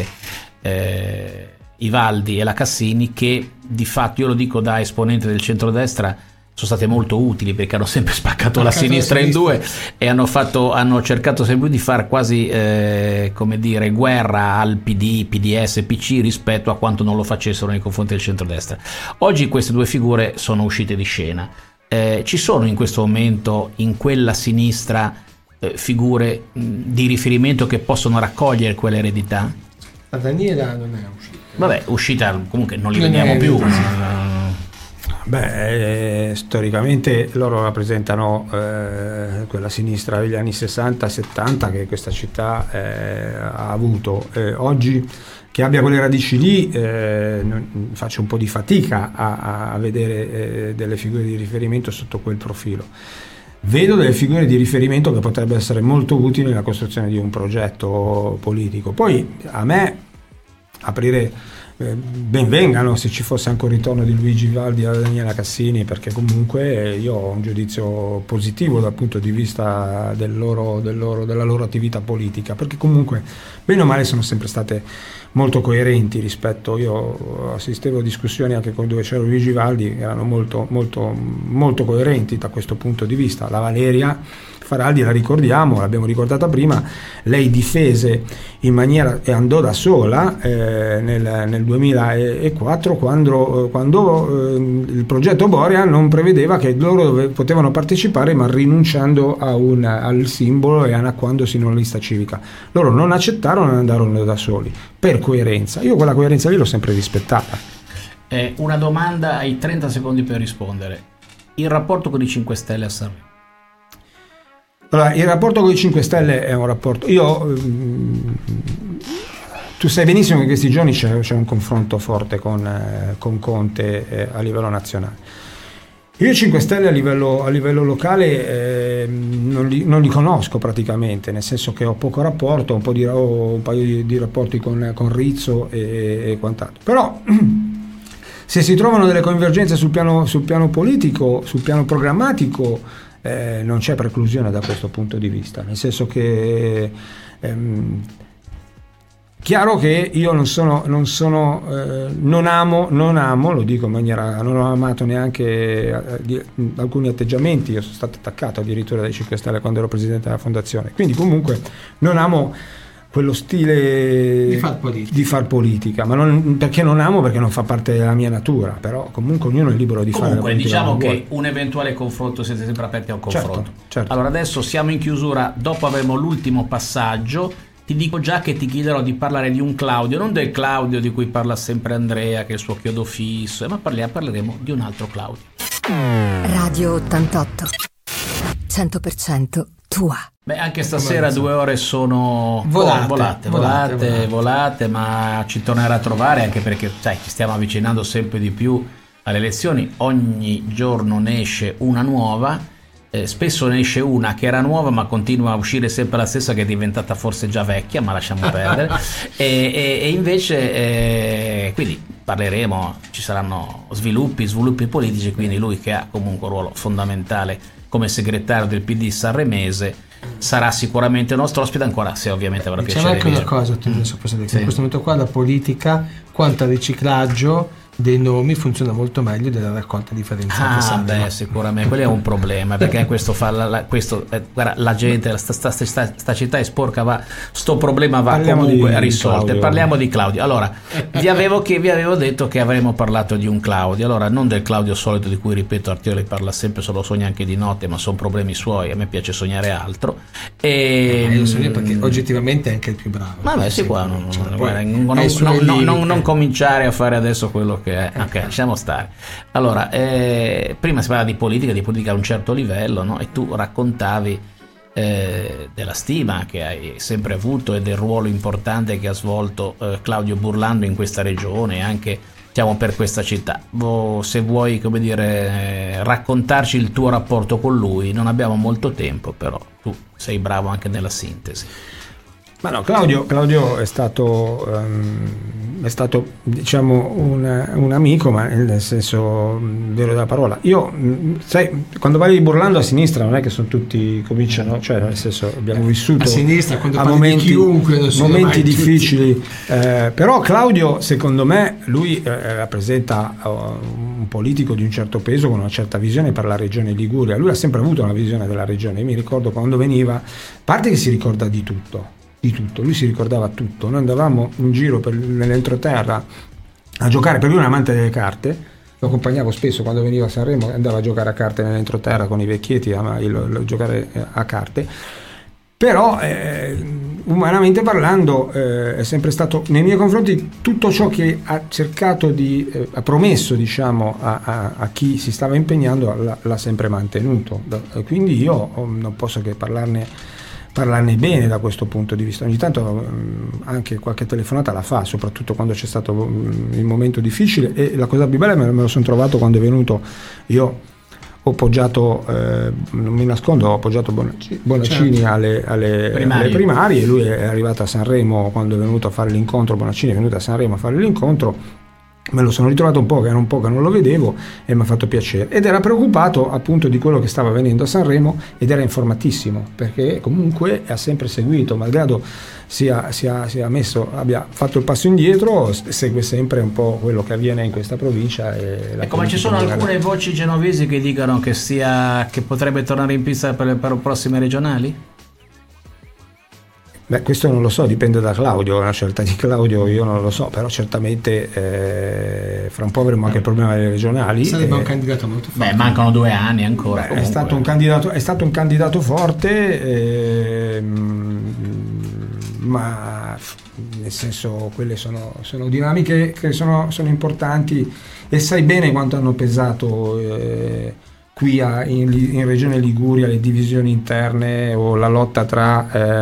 Ivaldi e la Cassini, che di fatto, io lo dico da esponente del centrodestra, sono state molto utili perché hanno sempre spaccato la sinistra in due e hanno cercato sempre di fare quasi come dire guerra al PD, PDS, PC rispetto a quanto non lo facessero nei confronti del centrodestra. Oggi queste due figure sono uscite di scena. Ci sono in questo momento in quella sinistra figure di riferimento che possono raccogliere quell'eredità? La Daniela non è uscita. Vabbè, uscita comunque non li vediamo più. Storicamente loro rappresentano quella sinistra degli anni 60-70 che questa città ha avuto. Oggi che abbia quelle radici lì faccio un po' di fatica a vedere delle figure di riferimento sotto quel profilo. Vedo delle figure di riferimento che potrebbero essere molto utili nella costruzione di un progetto politico. Poi a me aprire ben vengano se ci fosse anche un ritorno di Luigi Vivaldi e Daniela Cassini, perché comunque io ho un giudizio positivo dal punto di vista della loro attività politica, perché comunque bene o male sono sempre state molto coerenti rispetto. Io assistevo a discussioni anche dove c'era Luigi Vivaldi che erano molto, molto, molto coerenti da questo punto di vista. La Valeria Faraldi la ricordiamo, l'abbiamo ricordata prima, lei difese in maniera e andò da sola nel 2004 quando il progetto Borea non prevedeva che loro potevano partecipare, ma rinunciando al simbolo e annacquandosi in una lista civica. Loro non accettarono e andarono da soli per coerenza. Io quella coerenza lì l'ho sempre rispettata. Una domanda, hai 30 secondi per rispondere. Il rapporto con i 5 Stelle a Sanremo? Allora, il rapporto con i 5 Stelle è un rapporto... Tu sai benissimo che in questi giorni c'è un confronto forte con Conte a livello nazionale. Io i 5 Stelle a livello locale non li conosco praticamente, nel senso che ho poco rapporto, ho un paio di rapporti con Rizzo e quant'altro. Però se si trovano delle convergenze sul piano politico, sul piano programmatico, non c'è preclusione da questo punto di vista, nel senso che chiaro che io non amo, lo dico in maniera, non ho amato neanche alcuni atteggiamenti. Io sono stato attaccato addirittura dai 5 Stelle quando ero presidente della fondazione, quindi comunque non amo quello stile di far politica, ma non perché non amo, perché non fa parte della mia natura, però comunque ognuno è libero di fare la politica. Diciamo che un eventuale confronto, siete sempre aperti a un confronto. Certo. Allora adesso siamo in chiusura, dopo avremo l'ultimo passaggio. Ti dico già che ti chiederò di parlare di un Claudio, non del Claudio di cui parla sempre Andrea, che è il suo chiodo fisso, ma parleremo di un altro Claudio. Radio 88 100% tua. Beh, anche stasera 2 ore sono volate, ma ci tornerà a trovare, anche perché sai, ci stiamo avvicinando sempre di più alle elezioni. Ogni giorno ne esce una nuova. Spesso ne esce una che era nuova ma continua a uscire sempre la stessa, che è diventata forse già vecchia, ma lasciamo perdere. e invece quindi parleremo, ci saranno sviluppi politici, quindi lui che ha comunque un ruolo fondamentale come segretario del PD sanremese sarà sicuramente il nostro ospite, ancora se ovviamente avrà piacere. C'è anche una cosa, in questo momento qua la politica, quanto al riciclaggio dei nomi, funziona molto meglio della raccolta differenziata. Beh, sicuramente quello è un problema, perché questo fa guarda, la gente, sta città è sporca, sto problema va comunque risolto. Parliamo di Claudio. Allora, vi avevo detto che avremmo parlato di un Claudio. Allora, non del Claudio solito di cui, ripeto, Artioli parla sempre, solo sogna anche di notte, ma sono problemi suoi, a me piace sognare altro. Io sogno perché oggettivamente è anche il più bravo. Vabbè, sì, qua non cominciare a fare adesso quello che è. Ok, lasciamo stare. Allora, prima si parla di politica a un certo livello, no? E tu raccontavi della stima che hai sempre avuto e del ruolo importante che ha svolto Claudio Burlando in questa regione, anche per questa città. Se vuoi, come dire, raccontarci il tuo rapporto con lui, non abbiamo molto tempo, però tu sei bravo anche nella sintesi. Ma no, Claudio è stato è stato, diciamo, un amico, ma nel senso vero della parola. Io, sai, quando parli di Burlando a sinistra non è che sono tutti cominciano, cioè nel senso abbiamo vissuto a sinistra quando momenti, di chiunque, momenti difficili, però Claudio, secondo me, lui rappresenta un politico di un certo peso con una certa visione per la regione Liguria. Lui ha sempre avuto una visione della regione. Io mi ricordo quando veniva, a parte che si ricorda di tutto, lui si ricordava tutto. Noi andavamo in giro nell'entroterra a giocare, per lui è un amante delle carte, lo accompagnavo spesso quando veniva a Sanremo, andava a giocare a carte nell'entroterra con i vecchietti, giocare a carte. Però umanamente parlando è sempre stato nei miei confronti tutto ciò che ha cercato ha promesso, diciamo, a chi si stava impegnando l'ha sempre mantenuto, quindi io non posso che parlarne bene da questo punto di vista. Ogni tanto anche qualche telefonata la fa, soprattutto quando c'è stato il momento difficile, e la cosa più bella me lo sono trovato quando è venuto. Io ho appoggiato, non mi nascondo, ho appoggiato Bonaccini, certo, alle primarie. Lui è arrivato a Sanremo quando è venuto a fare l'incontro. Bonaccini è venuto a Sanremo a fare l'incontro. Me lo sono ritrovato un po' che non lo vedevo e mi ha fatto piacere, ed era preoccupato appunto di quello che stava avvenendo a Sanremo, ed era informatissimo, perché comunque ha sempre seguito, malgrado abbia fatto il passo indietro, segue sempre un po' quello che avviene in questa provincia. E come ci sono alcune voci genovesi che dicono che potrebbe tornare in pista per le prossime regionali? Beh, questo non lo so, dipende da Claudio, la scelta di Claudio io non lo so, però certamente fra un po' avremo anche il problema delle regionali. Sarebbe un candidato molto forte. Beh, mancano 2 anni ancora. È stato un candidato forte, ma nel senso quelle sono dinamiche che sono importanti, e sai bene quanto hanno pesato qui in regione Liguria le divisioni interne o la lotta tra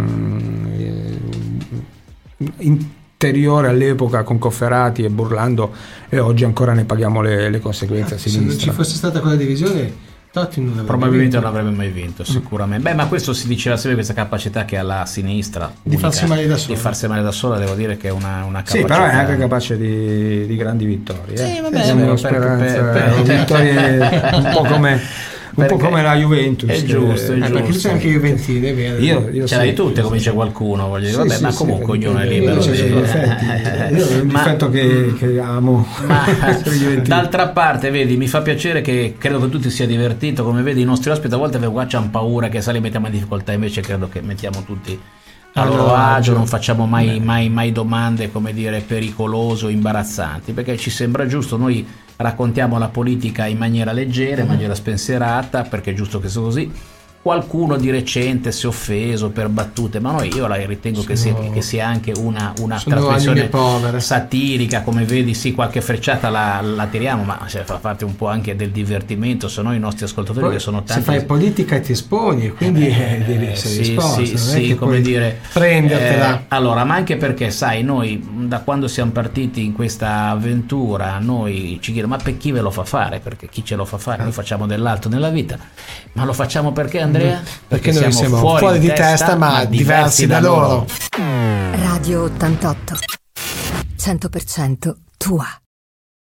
interiore all'epoca con Cofferati e Burlando, e oggi ancora ne paghiamo le conseguenze a sinistra. Se non ci fosse stata quella divisione, Totti probabilmente non avrebbe mai vinto, sicuramente. Beh, ma questo si diceva sempre, questa capacità che ha la sinistra di farsi male da sola. Devo dire che è una capacità. Sì, però è anche capace di grandi vittorie. Sì, vabbè, abbiamo speranza, vittorie un po' come la Juventus. È giusto. Perché c'è anche Juventini, è vero. Io ce l'hai tutte, come dice qualcuno, voglio dire. Vabbè, ma comunque ognuno è libero. Io ho un difetto che amo. D'altra parte, vedi, mi fa piacere che credo che tu ti sia divertito. Come vedi, i nostri ospiti a volte hanno paura che li mettiamo in difficoltà, invece credo che mettiamo tutti a loro agio, non facciamo mai domande, come dire, pericolose o imbarazzanti, perché ci sembra giusto. Noi raccontiamo la politica in maniera leggera, in maniera spensierata, perché è giusto che sia così. Qualcuno di recente si è offeso per battute, ma io la ritengo che sia anche una trasmissione satirica, come vedi. Sì, qualche frecciata la tiriamo, ma fa parte un po' anche del divertimento, se no i nostri ascoltatori, che sono tanti, se fai politica ti esponi, quindi devi essere esposto, sì, come dire, prendertela. Allora, ma anche perché, sai, noi da quando siamo partiti in questa avventura, noi ci chiedono: ma per chi ve lo fa fare? Perché chi ce lo fa fare? Noi facciamo dell'altro nella vita, ma lo facciamo perché, Andrea? Perché noi siamo fuori di testa, ma diversi da loro. Radio 88 100% tua.